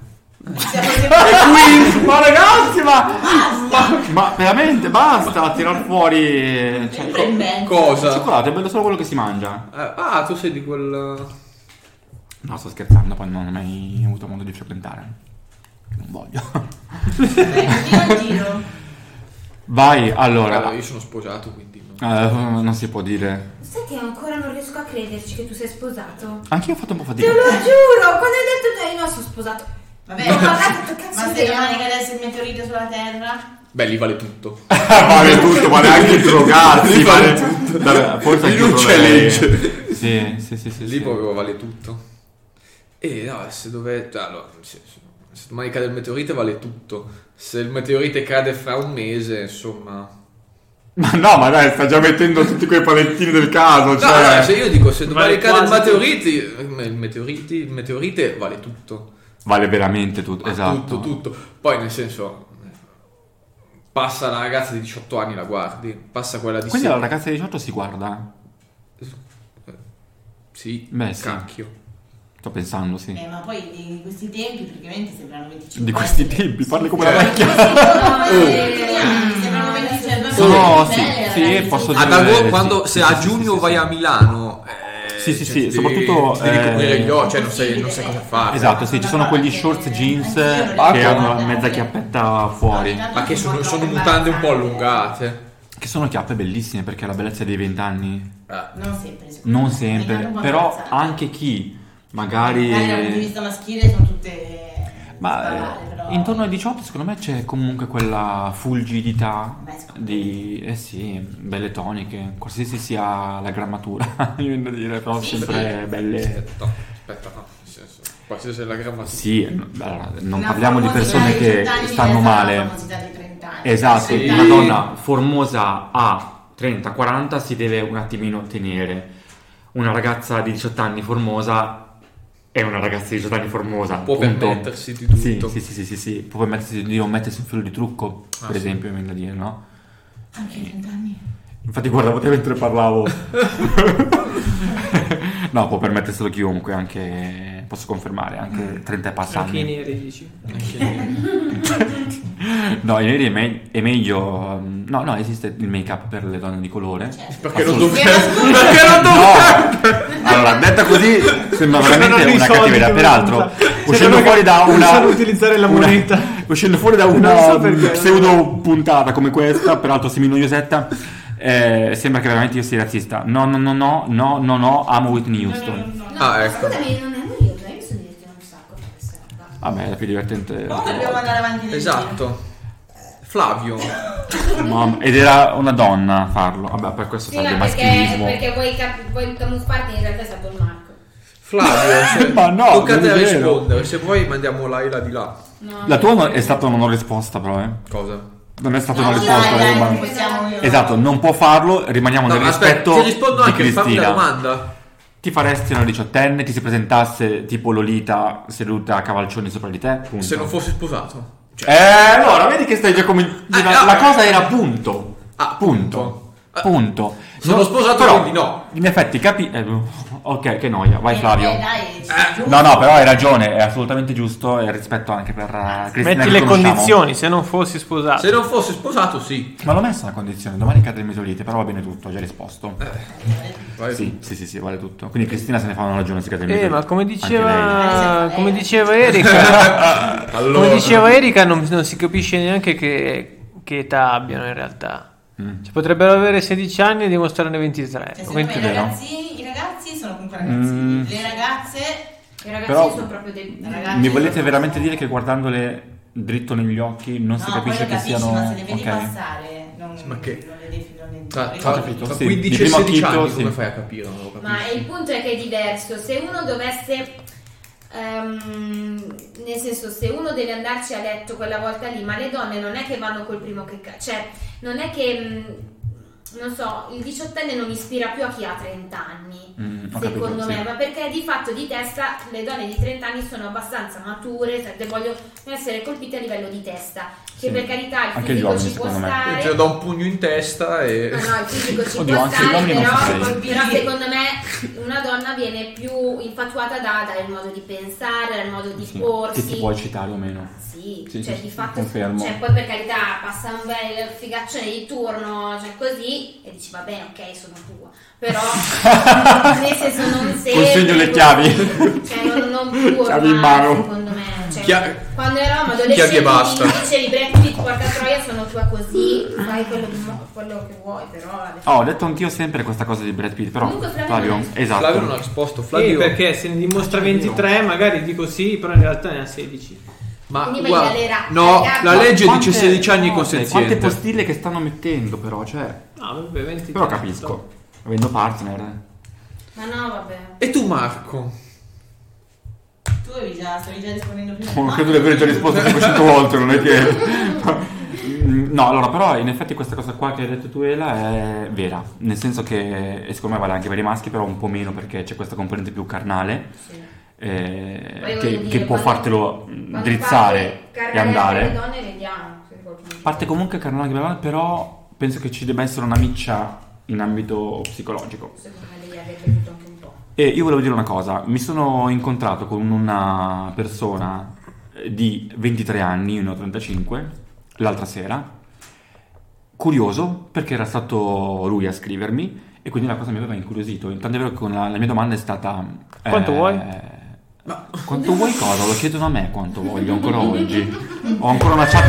A: Ma ragazzi, ma veramente basta tirar fuori
C: cosa?
A: il cioccolato, è bello solo quello che si mangia.
C: Tu sei di quel.
A: No, sto scherzando, poi non ho mai avuto modo di frequentare. Non voglio.
E: Giro.
A: Vai, allora.
C: Io sono sposato, quindi
A: non si può dire.
D: Sai che ancora non riesco a crederci che tu sei sposato?
A: Anche io ho fatto un po'
D: Te
A: fatica.
D: lo giuro, quando hai detto te no, sono sposato.
E: Vabbè,
D: Ho parlato, che cazzo
E: ma se
D: vero?
E: domani cadesse il meteorite sulla Terra?
C: Beh, lì vale tutto.
A: Vale tutto, vale anche drogarsi, vale tutto. Forse anche
C: non c'è legge.
A: Sì.
C: Lì proprio vale tutto. E no, se domani cade il meteorite vale tutto. Se il meteorite cade fra un mese, insomma.
A: Ma no, ma dai, sta già mettendo tutti quei palettini del caso. Cioè.
C: No, se io dico se domani
B: Vale
C: cade
B: quasi
C: il meteorite vale tutto.
A: Vale veramente tutto, esatto.
C: Tutto. Poi nel senso, passa la ragazza di 18 anni, la guardi. Passa quella di
A: Quindi la ragazza di 18 si guarda?
C: Sì,
A: Beh, sì.
C: cacchio.
A: Sto pensando, sì.
E: Ma poi di questi tempi praticamente sembrano 25
A: Di questi tempi, parli come la vecchia.
E: Sembrano 25
A: No, sì, posso dire.
C: Quando
A: sì,
C: se a
A: sì,
C: giugno
A: sì,
C: vai
A: sì.
C: a Milano.
A: Sì, soprattutto
C: devi coprire gli occhi, cioè non sai cosa fare.
A: Esatto, sì, ci sono quegli shorts jeans che hanno la mezza chiappetta fuori.
C: Ma che sono mutande un po' allungate.
A: Che sono chiappe bellissime perché è la bellezza dei 20 anni.
E: Non sempre.
A: Non sempre, però anche chi magari
E: dal punto di vista maschile sono tutte.
A: ma
E: però.
A: intorno ai 18 secondo me c'è comunque quella fulgidità di sì, belle toniche, qualsiasi sia la grammatura, mi viene da dire, però sempre belle.
C: Aspetta, no, nel senso, qualsiasi sia la grammatura.
A: Sì, allora, non parliamo di persone che stanno male.
E: Anni,
A: esatto,
C: sì.
A: una donna formosa a 30-40 si deve un attimino tenere. Una ragazza di 18 anni formosa è una ragazza di 18 anni formosa.
C: Può
A: punto.
C: permettersi di tutto.
A: Sì. Può permettersi di non mettersi un filo di trucco, per
C: sì.
A: esempio, mi viene da dire, no?
E: Anche 30 anni.
A: Infatti guardavo te mentre parlavo. No, può permetterselo chiunque, anche posso confermare, anche 30 e passa
B: Anche i
A: anni.
B: neri, dici.
A: No, i neri è meglio. No, esiste il make-up per le donne di colore.
C: Perché non
A: Allora, detta così sembra veramente
B: Erano i
A: una
B: soldi
A: cattiveria.
B: che
A: Peraltro,
B: usano.
A: uscendo fuori da una.
B: Usano utilizzare la moneta.
A: Uscendo fuori da
B: Non
A: una
B: so perché.
A: pseudo puntata come questa, peraltro semi-noiosetta, sembra che veramente io sia razzista. No, amo Whitney Houston.
D: No,
C: Ah, ecco.
D: scusami, non è noiosa, io sono divertita un sacco per questa roba.
A: Vabbè, è la più divertente.
E: Dobbiamo andare avanti nel
C: Esatto. Flavio.
A: Mamma, ed era una donna a farlo. Vabbè, per questo
D: Sì,
A: serve
D: ma
A: maschilismo.
D: perché vuoi camuffarti, in realtà è stato il Marco.
C: Flavio,
A: Ma no,
C: tocca a te
A: non è vero.
C: rispondere. Se vuoi mandiamo Laila di là.
D: No,
A: La tua è stata una non risposta, però,
C: Cosa?
A: Non è stata
E: No,
A: una risposta.
E: dai,
A: ma-
E: non possiamo io.
A: Esatto, non può farlo, rimaniamo nel rispetto
C: ti rispondo
A: di
C: anche, fammi la
A: Cristina.
C: domanda.
A: Ti faresti una 18enne, ti si presentasse tipo Lolita seduta a cavalcioni sopra di te? Punto.
C: Se non fossi sposato.
A: Allora, vedi che stai già la cosa era punto.
C: Punto.
A: Punto.
C: Sono sposato,
A: però,
C: quindi no.
A: In effetti, ok, che noia. Vai Flavio.
E: Dai,
A: No, però hai ragione, è assolutamente giusto e rispetto anche per Cristina.
B: Metti
A: che
B: le
A: conosciamo.
B: condizioni, se non fossi sposato.
C: Se non fossi sposato, sì.
A: Ma l'ho messa la condizione, domani cade il meteorite, però va bene tutto, ho già risposto.
C: Vai.
A: Sì, vale tutto. Quindi Cristina se ne fa una ragione, si cade il meteorite.
B: Ma come
A: Anche
B: diceva
A: lei.
B: Erika,
C: Allora.
B: come diceva Erika, non si capisce neanche che età abbiano in realtà. Cioè, potrebbero avere 16 anni e dimostrarne 23.
E: Cioè,
B: o
E: secondo me
B: 22.
E: i ragazzi sono comunque ragazzini. Le ragazze,
D: I ragazzi
A: Però-
D: sono proprio dei
E: ragazzi,
A: Mi volete veramente dire che guardandole dritto negli occhi non si
E: no,
A: capisce
E: poi lo
A: che
E: capisci,
A: siano...
E: ma se le vedi
A: ok.
E: passare,
C: Ma che-
E: non le devi, non le
C: Tra
A: capito, sì.
C: 15
A: Di
C: e
A: primo
C: 16
A: acchito,
C: anni
A: sì.
C: come fai a capire? Non lo capisco.
D: Ma il punto è che è diverso. Se uno dovesse, nel senso, se uno deve andarci a letto quella volta lì, ma le donne non è che vanno col primo che cioè non è che non so, il 18enne non ispira più a chi ha 30 anni,
A: ho
D: secondo
A: capito,
D: me,
A: sì.
D: ma perché di fatto di testa le donne di 30 anni sono abbastanza mature, vogliono essere colpite a livello di testa, che
A: Sì.
D: per carità il
A: Anche gli
D: fisico
A: uomini,
D: ci può
A: secondo me.
D: stare.
C: Ti do un pugno in testa e...
D: No, il fisico ci
A: Oddio,
D: può
A: anche gli
D: stare,
A: uomini non
D: però,
A: saprei.
D: però secondo me una donna viene più infatuata dal modo di pensare, dal modo di
A: Sì,
D: porsi.
A: che ti può eccitare o meno.
D: Sì,
A: Sì,
D: cioè
A: sì,
D: di
A: sì,
D: fatto,
A: confermo.
D: cioè, poi per carità passa un bel figaccione di turno, cioè così, e dici va bene, ok, sono tua, però nel senso non sempre.
A: Consegno le chiavi.
D: Cioè non più
A: Chiavi in
D: ormai,
A: mano.
D: secondo me. Cioè,
C: Chiavi
D: quando eravamo
C: e
D: adolescenti
C: basta.
D: mi dicevi Brad Pitt porca troia, sono tua così, fai quello che vuoi, però adesso.
A: Ho detto anch'io sempre questa cosa di Brad Pitt, però
D: Comunque Flavio
A: Flavio,
D: non è-
A: esatto.
C: Flavio non ha risposto. Flavio...
B: perché se ne dimostra 23 magari dico sì, però in realtà ne ha 16.
C: Ma
D: Quindi
C: guarda,
D: vai alle
C: no,
D: ragazze.
C: la legge
A: Quante-
C: dice 16 anni
A: no,
C: consenziente.
A: Quante postille che stanno mettendo però, cioè...
B: No, vabbè, 23.
A: Però capisco, avendo partner.
D: Ma no, vabbè.
C: E tu Marco?
E: Tu stavi già rispondendo prima.
A: Oh, credo di aver già risposto 500 volte, non è che... No, allora, però in effetti questa cosa qua che hai detto tu Ela è vera, nel senso che, e secondo me vale anche per i maschi, però un po' meno perché c'è questa componente più carnale,
D: Sì.
A: che,
D: voglio dire,
A: che può
D: quando-
A: fartelo
D: Quando
A: drizzare
D: parte
A: e andare.
D: Le donne vediamo se qualcuno dice.
A: Parte comunque carnale anche per la donna, però penso che ci debba essere una miccia in ambito psicologico.
D: Secondo me devi aver bevuto anche un po'.
A: E io volevo dire una cosa, mi sono incontrato con una persona di 23 anni, io ne ho 35, l'altra sera, curioso perché era stato lui a scrivermi e quindi la cosa mi aveva incuriosito, tanto è vero che la mia domanda è stata...
B: Quanto vuoi?
A: Ma quanto vuoi cosa? Lo chiedono a me quanto voglio ancora oggi. Ho ancora una chat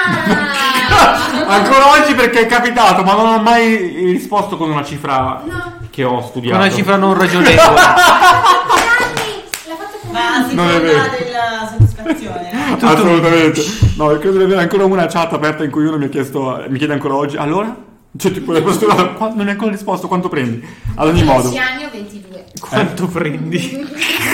A: aperta. Ancora oggi perché è capitato, ma non ho mai risposto con una cifra che ho studiato.
B: Con una cifra non ragionevole.
D: L'ha fatto con
E: Ma a
A: Non è
E: seconda
A: vero.
E: della soddisfazione.
A: Assolutamente. No, io credo di avere ancora una chat aperta in cui uno mi chiede ancora oggi. Allora? Cioè, tipo, non mi hai ancora risposto, quanto prendi? Ad ogni modo.
D: 10 anni o 22.
B: Quanto prendi?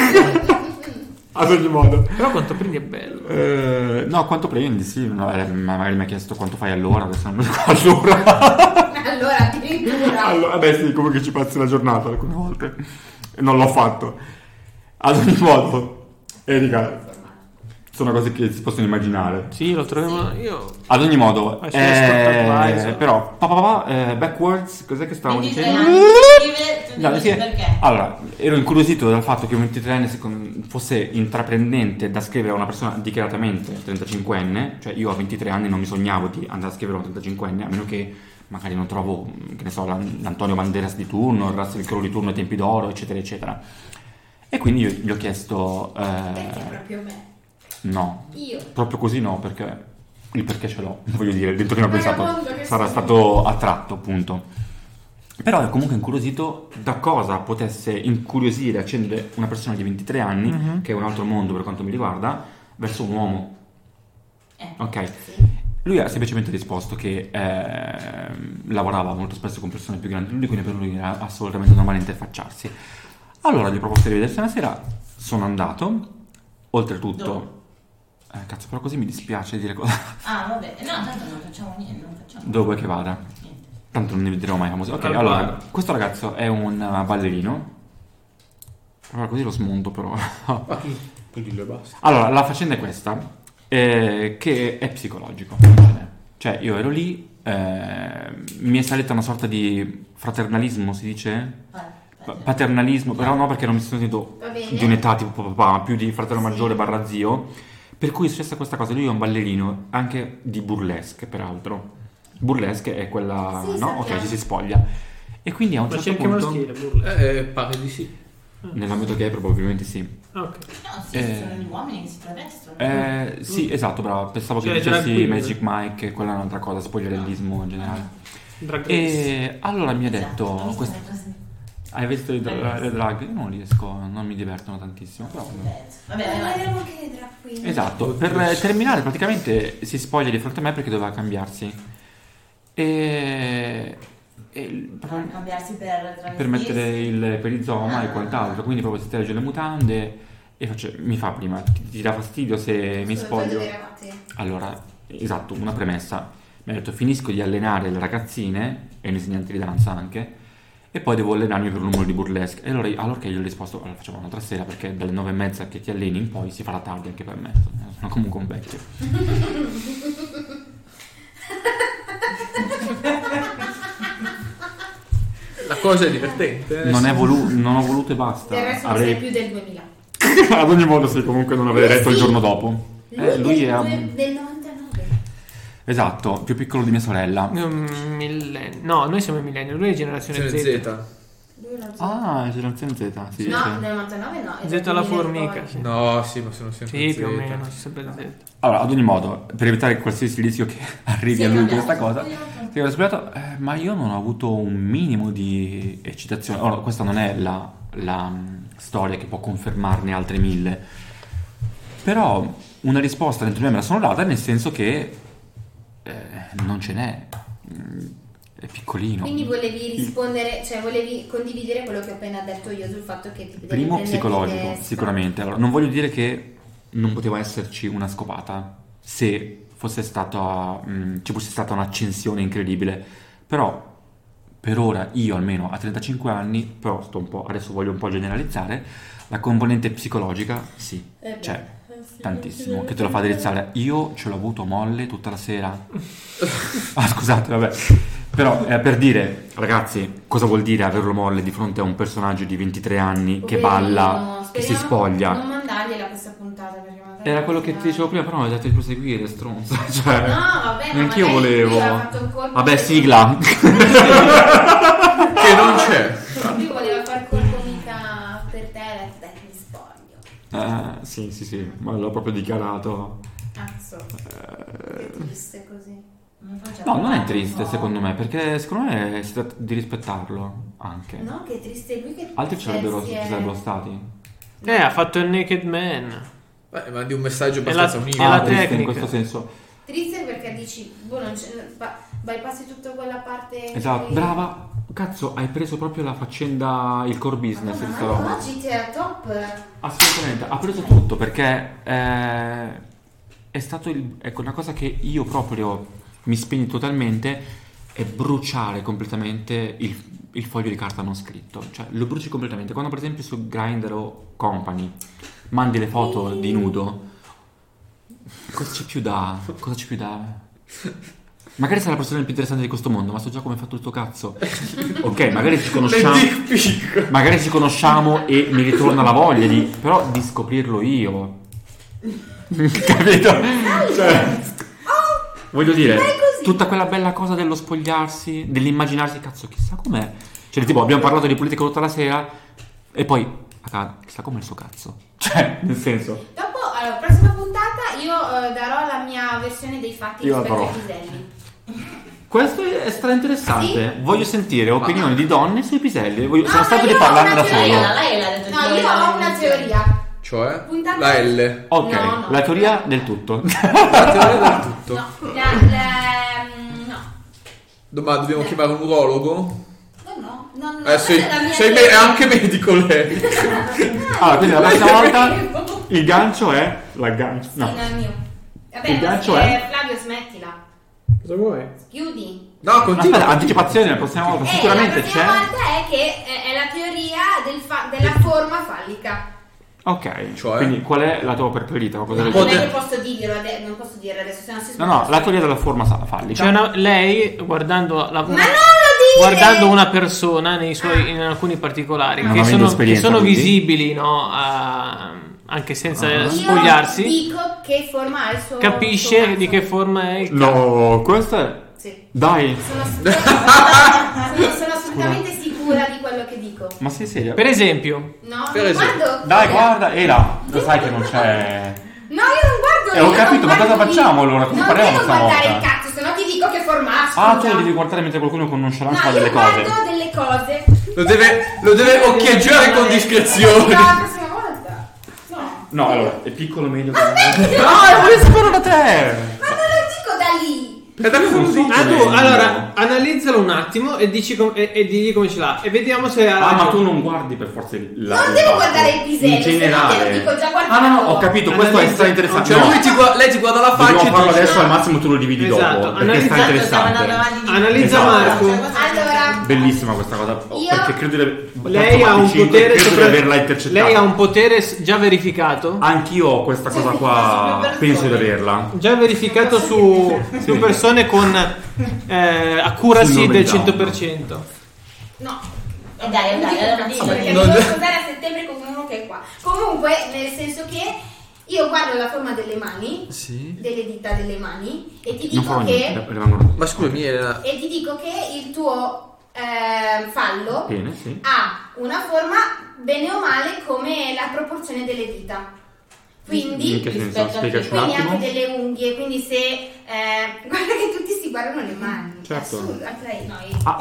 A: Ad ogni modo.
B: Però quanto prendi è bello.
A: No, quanto prendi? Sì, no, magari mi ha chiesto quanto fai all'ora, adesso non all'ora.
D: Allora addirittura.
A: Allora, beh sì, comunque ci passi la giornata alcune volte. E non l'ho fatto. Ad ogni modo, Erika, sono cose che si possono immaginare.
B: Sì, lo troviamo io.
A: Ad ogni modo,
B: Ma c'è Sport
A: però, backwards, cos'è che stavamo
E: 23
A: dicendo?
E: anni, scrive, tu
A: No,
E: dici
A: sì.
E: perché?
A: Allora, ero incuriosito dal fatto che un 23enne fosse intraprendente da scrivere a una persona dichiaratamente 35enne, cioè io a 23 anni non mi sognavo di andare a scrivere a un 35enne, a meno che magari non trovo, che ne so, l'Antonio Banderas di turno, il Russell Crowe di turno ai tempi d'oro, eccetera, eccetera. E quindi io gli ho chiesto...
D: Perché proprio me?
A: no,
D: Io.
A: proprio così no, perché il perché ce l'ho, voglio dire, dentro che ne ho
D: Vagabondo
A: pensato,
D: che
A: sarà
D: sei.
A: stato attratto, appunto. Però è comunque incuriosito da cosa potesse incuriosire, accendere una persona di 23 anni, che è un altro mondo per quanto mi riguarda, verso un uomo. Ok? Lui ha semplicemente risposto che lavorava molto spesso con persone più grandi di lui, quindi per lui era assolutamente normale interfacciarsi. Allora gli ho proposto di vedersi una sera, sono andato, oltretutto Cazzo, però così mi dispiace dire cosa.
E: Ah, vabbè. No, tanto non facciamo niente, non facciamo
A: Dove vuoi che vada?
E: niente.
A: Tanto non ne vedremo mai famosi. Ok,
B: Allora.
A: allora, questo ragazzo è un ballerino. Allora, così lo smonto però.
C: Poi dillo e basta.
A: Allora, la faccenda è questa, che è psicologico. Cioè, io ero lì, mi è salita una sorta di fraternalismo, si dice? Paternalismo, però no, perché non mi sono sentito
D: Va bene.
A: di un'età tipo papà, più di fratello maggiore barra zio. Per cui è successa questa cosa, lui è un ballerino, anche di burlesque, peraltro. Burlesque è quella,
D: Sì,
A: no?
D: sappiamo.
A: Ok, ci si spoglia. E quindi a un
B: Ma c'è
A: certo
B: anche
A: punto,
B: maschile, burlesque.
C: Pare di sì.
A: nell'ambito gay probabilmente sì.
B: Ok.
E: No, sì, sono gli uomini che si travestono.
A: Sì, esatto, bravo. Pensavo
B: Cioè,
A: che
B: drag
A: dicessi
B: queen.
A: Magic Mike, quella è un'altra cosa, spoilerismo in generale.
B: Drag race.
A: E allora mi ha detto,
E: Ho visto
A: questo-
E: le trasmissioni.
A: hai visto le drag? Io non riesco, non mi divertono tantissimo. Però...
E: Vabbè, vai avanti.
D: Vedremo che drag queen.
A: Esatto, per terminare praticamente si spoglia di fronte a me perché doveva cambiarsi. E
E: Cambiarsi per
A: per mettere il perizoma e quant'altro, quindi proprio si legge le mutande e mi fa prima, ti dà fastidio se mi
D: Scusa, voi
A: spoglio?
D: dove eravate?
A: Allora, esatto, una premessa. Mi ha detto finisco di allenare le ragazzine e un insegnante di danza anche e poi devo allenarmi per un numero di burlesque. E allora che io gli ho risposto, allora facciamo un'altra sera perché dalle 9:30 che ti alleni in poi si farà tardi anche per me. Sono comunque un vecchio.
C: La cosa è divertente.
A: Non ho voluto e basta.
D: Del resto non sei più del 2000.
A: Ad ogni modo sì, comunque non avrei retto il
D: Sì.
A: giorno dopo. Lui
D: del,
A: è
D: del 99.
A: esatto, più piccolo di mia sorella.
B: No, noi siamo i millennial, lui è generazione Z.
C: Z.
D: Lui era Z.
A: Ah, generazione Z, sì.
D: No,
A: sì.
D: nel 99 no. è
B: Z
D: del
B: alla
D: 2000
B: formica,
D: poi.
B: sì.
C: No, sì, ma sono sempre
B: Sì,
C: Z.
B: più o meno, si sempre Z.
A: Allora, ad ogni modo, per evitare qualsiasi rischio che arrivi
E: Sì,
A: a lui
E: abbiamo
A: questa cosa,
E: spogliato.
A: sì, ho spiegato, ma io non ho avuto un minimo di eccitazione. Ora, questa non è la storia che può confermarne altre 1000, però una risposta dentro di me me la sono data, nel senso che non ce n'è. È piccolino.
D: Quindi volevi rispondere, cioè volevi condividere quello che ho appena detto io sul fatto che ti devi
A: Primo
D: prendere
A: psicologico,
D: testa.
A: sicuramente. Allora, non voglio dire che non poteva esserci una scopata se fosse stata ci fosse stata un'accensione incredibile, però per ora io almeno a 35 anni, però adesso voglio un po' generalizzare, la componente psicologica sì, c'è tantissimo, che te lo fa drizzare. Io ce l'ho avuto molle tutta la sera. Ah, scusate, vabbè. Però per dire, ragazzi, cosa vuol dire averlo molle di fronte a un personaggio di 23 anni che balla, che si spoglia?
D: Non mandargliela questa puntata perché magari
A: Era quello che ti dicevo prima, però mi hai detto di proseguire, stronzo. Cioè,
D: No, vabbè, ma
A: neanch'io
D: magari
A: volevo.
D: lui aveva fatto un colpo
A: Vabbè,
D: che-
A: sigla.
C: Che non c'è.
D: Lui voleva far colpo mica per te, ha detto, dai, mi spoglio.
A: Sì, ma l'ho proprio dichiarato.
D: Cazzo, che triste così.
A: No, non è triste secondo me, perché secondo me si tratta di rispettarlo anche.
D: No, che triste lui che
A: Altri ci sarebbero
D: è...
A: stati.
B: Ha fatto il Naked Man.
C: Beh, mandi un messaggio
B: E la-
C: abbastanza unico.
B: e la
A: Triste in
B: tecnica.
A: questo senso.
D: Triste perché dici, boh, non c'è, bypassi tutta quella parte...
A: Esatto,
D: che-
A: brava. Cazzo, hai preso proprio la faccenda, il core business di sta roba.
D: Oggi ti è top.
A: Assolutamente, ha preso tutto perché è stato ecco, una cosa che io proprio mi spegni totalmente è bruciare completamente il foglio di carta non scritto, cioè lo bruci completamente. Quando per esempio su Grindr o Company mandi le foto di nudo, cosa c'è più da magari sei la persona più interessante di questo mondo, ma so già come è fatto il tuo cazzo. Ok, magari ci conosciamo,
C: Le dick pic.
A: magari ci conosciamo e mi ritorna la voglia però di scoprirlo io. Capito? Cioè, voglio dire, tutta quella bella cosa dello spogliarsi, dell'immaginarsi, cazzo, chissà com'è. Cioè, tipo, abbiamo parlato di politica tutta la sera e poi, chissà com'è il suo cazzo. Cioè, nel senso.
D: Dopo, allora, prossima puntata io darò la mia versione dei fatti
A: Io la
D: rispetto
A: farò.
D: ai piselli.
A: Questo è interessante.
D: Sì?
A: Voglio sentire opinioni di donne sui piselli. Sono
D: ma
A: stato
D: io
A: di
D: ho
A: parlarne
D: una
A: da
D: teoria,
A: solo.
E: Lei l'ha detto.
D: No, io ho una teoria.
C: Cioè?
D: Puntata-
C: La L.
A: Ok,
D: No.
A: la teoria del tutto.
C: La teoria del tutto.
D: No, no.
C: Domani dobbiamo chiamare un urologo?
D: No,
C: Sei,
D: questa è la mia
C: è anche medico lei.
A: Allora, quindi la prossima volta il gancio è L'aggancio.
D: Sì, no, è mio. Vabbè,
A: Il gancio è?
D: Flavio, smettila.
B: Cosa vuoi?
D: Chiudi.
C: No, continua.
A: Aspetta, anticipazione la prossima volta. Sicuramente
D: la prossima
A: c'è.
D: volta è che è la teoria della forma fallica.
A: Ok,
C: Cioè?
A: quindi qual è la tua preferita? Cosa
D: Non
A: vuoi
D: è
A: dire?
D: che posso dirlo adesso, non posso dire adesso, se no si
A: No, la teoria della forma fallica.
B: Cioè lei guardando
D: Ma non lo dire!
B: guardando una persona in alcuni particolari
A: Non
B: che
A: avendo
B: sono,
A: esperienza,
B: che sono
A: quindi?
B: visibili, no? Anche senza
D: Io
B: spogliarsi,
D: dico che forma ha il suo
B: capisce
D: suo
B: di che forma è il
A: No, questo è...
D: Sì.
A: Dai.
D: Sono assolutamente sicura di quello che dico.
A: Ma sei seria?
B: Per esempio,
D: No,
C: Per
D: non
C: esempio.
D: guardo.
A: Dai, guarda, Ela, lo sai che non c'è...
D: No, io non guardo.
A: Ho
D: io
A: capito,
D: non
A: ma cosa
D: guardo
A: facciamo
D: lì.
A: allora? Come
D: non
A: parliamo
D: devo guardare
A: stavolta?
D: il cazzo, se no ti dico che forma ha.
A: Ah, tu
D: scusa.
A: lo devi guardare mentre qualcuno con nonchalance
D: No,
A: fa
D: io
A: delle cose.
D: guardo delle cose.
C: Lo deve occhieggiare con discrezione.
D: La prossima volta. No.
A: No, allora, è piccolo, medio...
D: Ma smetti
A: No, voglio sapere da te!
D: Ma non lo dico da lì.
C: E da cosa lo dici?
B: allora analizzalo un attimo e dici e digli come ce l'ha e vediamo se ha
A: Ah, ma
B: ragione.
A: tu non guardi per forza il
D: Non devo guardare il pisello,
A: in
D: se no
A: generale.
D: te lo dico già guardato.
A: Ah, no, ho capito, questo è
B: Analizza-
A: interessante.
C: Cioè
A: No,
C: lei ti guarda la faccia
A: dobbiamo
C: e
A: farlo
C: dice,
A: adesso, al massimo tu lo dividi
B: Esatto,
A: dopo, perché sta
B: analizza-
A: interessante.
B: Analizza
A: Esatto.
B: Marco.
D: Allora,
A: Bellissima questa cosa,
D: Io-
A: perché credo di
B: Lei ha un potere
A: credo di averla intercettata.
B: lei ha un potere già verificato
A: Anch'io ho questa cosa qua, penso di averla.
B: già verificato su persone con accuracy
A: Sul nome
B: del
A: di Down.
B: 100%.
D: no.
E: Dai, allora
D: Sì,
E: dillo.
D: perché
C: Non-
D: devo sposare a settembre con uno che è qua. Comunque, nel senso che io guardo la forma delle mani,
C: Sì.
D: delle dita delle mani, e ti
A: Non
D: dico
A: farò
D: che
A: niente, rimangono
C: Ma scusami, Elena.
D: e ti dico che il tuo fallo
A: bene, sì.
D: ha una forma bene o male come la proporzione delle dita. Quindi,
A: In che senso?
E: rispetto a
A: Spiegaci un
D: quindi
A: attimo.
D: anche delle unghie, quindi se guarda che tutti si guardano le mani.
A: Certo.
D: Assurdo, anche lei, no,
A: Ah,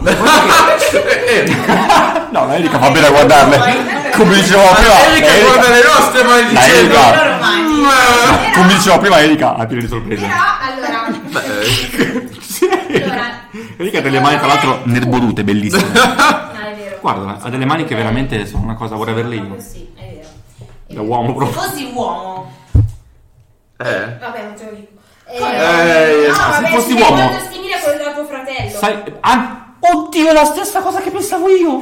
A: no, Erika fa bene a guardarle. Come dicevo prima,
C: Erika guarda le nostre mani
A: La
C: dicendo
A: Erika. Come dicevo prima, Erika ha pieno di sorprese.
D: Però, allora, allora
A: Erika ha delle mani, tra l'altro, nerbolute, bellissime.
D: no, è vero.
A: Guarda, ha delle mani che veramente sono una cosa, vorrei averle io.
D: Sì, è vero.
A: Da uomo
E: Se
A: proprio.
E: fossi uomo,
D: Vabbè, non te lo dico. No,
A: se
D: vabbè,
A: fossi
D: sei
A: uomo.
D: molto simile a quello del tuo fratello.
A: Sai, oddio, è la stessa cosa che pensavo io.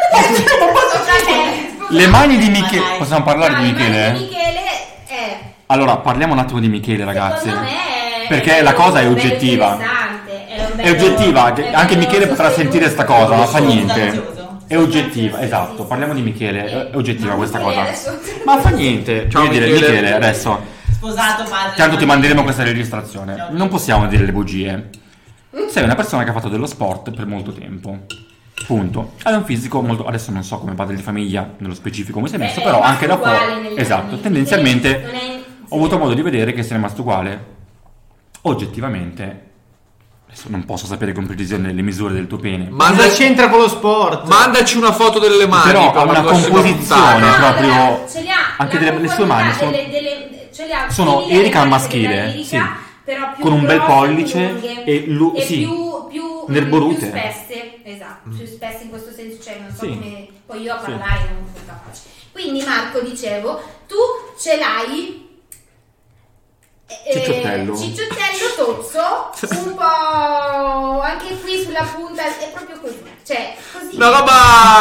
A: Le mani di Michele. Possiamo parlare
D: No,
A: di
D: le mani
A: Michele?
D: di Michele è
A: Allora, parliamo un attimo di Michele, ragazzi.
D: secondo me
A: Perché la cosa è
D: bello
A: oggettiva.
D: interessante, è un
A: È
D: bello-
A: oggettiva, che
D: è
A: anche
D: bello
A: Michele potrà
D: sostenuto.
A: sentire sta cosa, ma fa niente.
E: Sostanzioso.
A: È oggettiva, esatto, parliamo di Michele, è oggettiva
D: Ma
A: questa
D: Michele
A: cosa.
D: adesso-
A: Ma fa niente,
C: Ciao,
A: voglio dire,
C: Michele.
A: Michele, adesso,
E: Sposato, padre.
A: tanto ti manderemo questa registrazione, non possiamo dire le bugie. Sei una persona che ha fatto dello sport per molto tempo, punto. Hai un fisico molto, adesso non so come padre di famiglia, nello specifico come sei messo,
D: Beh, è
A: però
D: rimasto
A: anche da
D: uguale
A: fuori,
D: negli
A: esatto,
D: anni.
A: tendenzialmente
D: Non è-
A: ho avuto modo di vedere che sei rimasto uguale. Oggettivamente, adesso non posso sapere con precisione le misure del tuo pene,
B: Cosa c'entra con lo sport?
C: Mandaci una foto delle mani.
A: però
C: per
A: ha
C: la
A: una
C: prossima
A: composizione
C: puntata.
A: proprio.
D: allora, ce li ha
A: anche
D: la
A: le sue mani sono,
D: ce li ha
A: sono
D: simili
A: Erika
D: alle
A: maschile,
D: della Erika,
A: sì.
D: però più
A: Con un bel
D: grosse,
A: pollice
D: più lunghe,
A: e sì,
D: più
A: nerbolute.
D: più spesse, esatto, più spesse in questo senso, cioè non so
A: Sì.
D: come poi io a
A: Sì.
D: parlare non sono capace. Quindi Marco, dicevo, tu ce l'hai
A: Cicciottello.
D: cicciottello tozzo, un po' anche qui sulla punta, è proprio così, cioè così.
C: Una roba.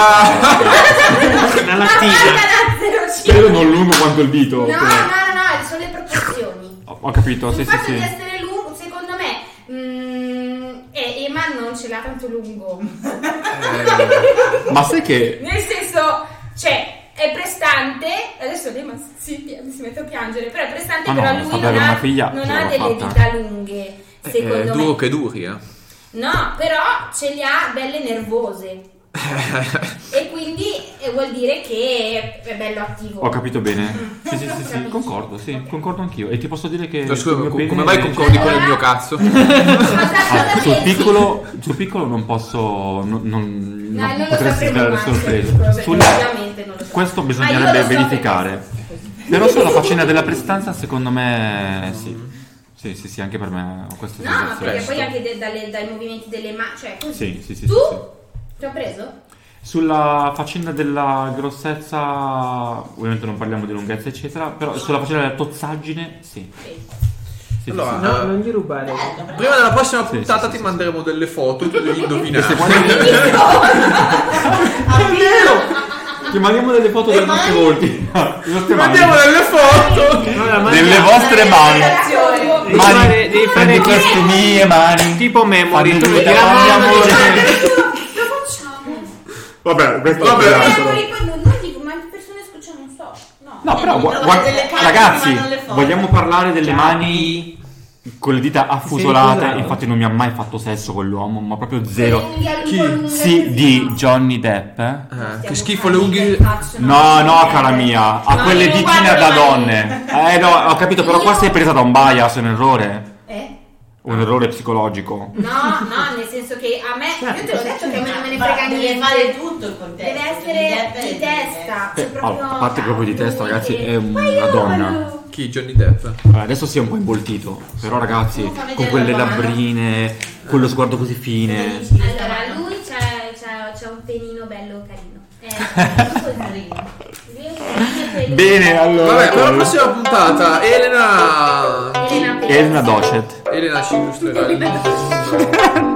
B: Una lattina.
A: spero non lungo quanto il dito.
D: No, sono le proporzioni.
A: Ho capito, sì,
D: Il
A: sì,
D: fatto di
A: sì.
D: essere lungo, secondo me, Ema non ce l'ha tanto lungo.
A: Ma sai che
D: Nel senso, cioè, è prestante, adesso Ema si mette a piangere, però è prestante,
A: Ma no,
D: però
A: fa
D: lui
A: avere
D: non
A: una
D: ha,
A: figlia,
D: non
A: ce
D: ha
A: l'aveva
D: delle
A: fatta.
D: dita lunghe, secondo
C: Duro
D: me.
C: che duri,
D: No, però ce li ha belle nervose. E quindi vuol dire che è bello attivo.
A: ho capito bene. Sì, sì, sì, sì, concordo anch'io. E ti posso dire che
C: Scusa,
A: sul mio pene-
C: come mai concordi con il mio cazzo?
A: Ah, sul piccolo non posso non
D: Non lo
A: potresti
D: sapremo
A: svelare
D: mai,
A: sorprese.
D: ovviamente non lo so.
A: Questo
D: Ma
A: bisognerebbe
D: io lo so
A: verificare. Però sulla faccina della prestanza secondo me sì. Sì, anche per me ho questa
D: No, ma
A: sensazione.
D: perché poi anche dai movimenti delle mani, cioè così.
A: Sì.
D: Tu? Ti ho preso?
A: Sulla faccenda della grossezza, ovviamente non parliamo di lunghezza eccetera, però sulla faccenda della tozzaggine sì.
C: Allora,
B: No, non gli rubare.
C: prima della prossima puntata ti manderemo delle foto, tu devi indovinare.
A: Ti mandiamo delle foto dei nostri volti.
C: Ti mandiamo delle foto
A: delle vostre mani.
B: Devi fare
A: Prendi queste mie mani.
B: tipo memory.
A: Fammi
B: Tu
A: vedere
B: vedi la
A: ogni
B: mano
A: amore.
C: Vabbè, questo è
D: Poi non dico, ma le persone scocciano, non so.
A: No, però
E: delle carte
A: ragazzi,
E: che fanno le foto.
A: vogliamo parlare delle mani con le dita affusolate.
B: Sì,
A: Infatti non mi ha mai fatto sesso quell'uomo, ma proprio zero.
C: Chi?
A: Sì, di Johnny Depp.
C: che schifo le unghie.
A: No, cara mia, ha quelle ditine da donne. No, ho capito, però qua sei presa da un bias, un errore. Un errore psicologico.
D: No, nel senso che a me, io te l'ho detto che a me non me ne
E: Ma
D: frega
E: deve
D: niente.
E: fare tutto il contesto.
D: Deve essere di testa. Cioè proprio...
A: A parte proprio di testa, ragazzi, è una donna.
C: Chi? Johnny Depp?
A: Adesso si è un po' involtito, però ragazzi, con quelle labbrine, con lo sguardo così fine.
D: Allora, lui c'ha un penino bello carino.
A: Bene, allora.
C: Vabbè, per la prossima puntata Elena
A: Elena Docet.
C: Elena ci illustrerà il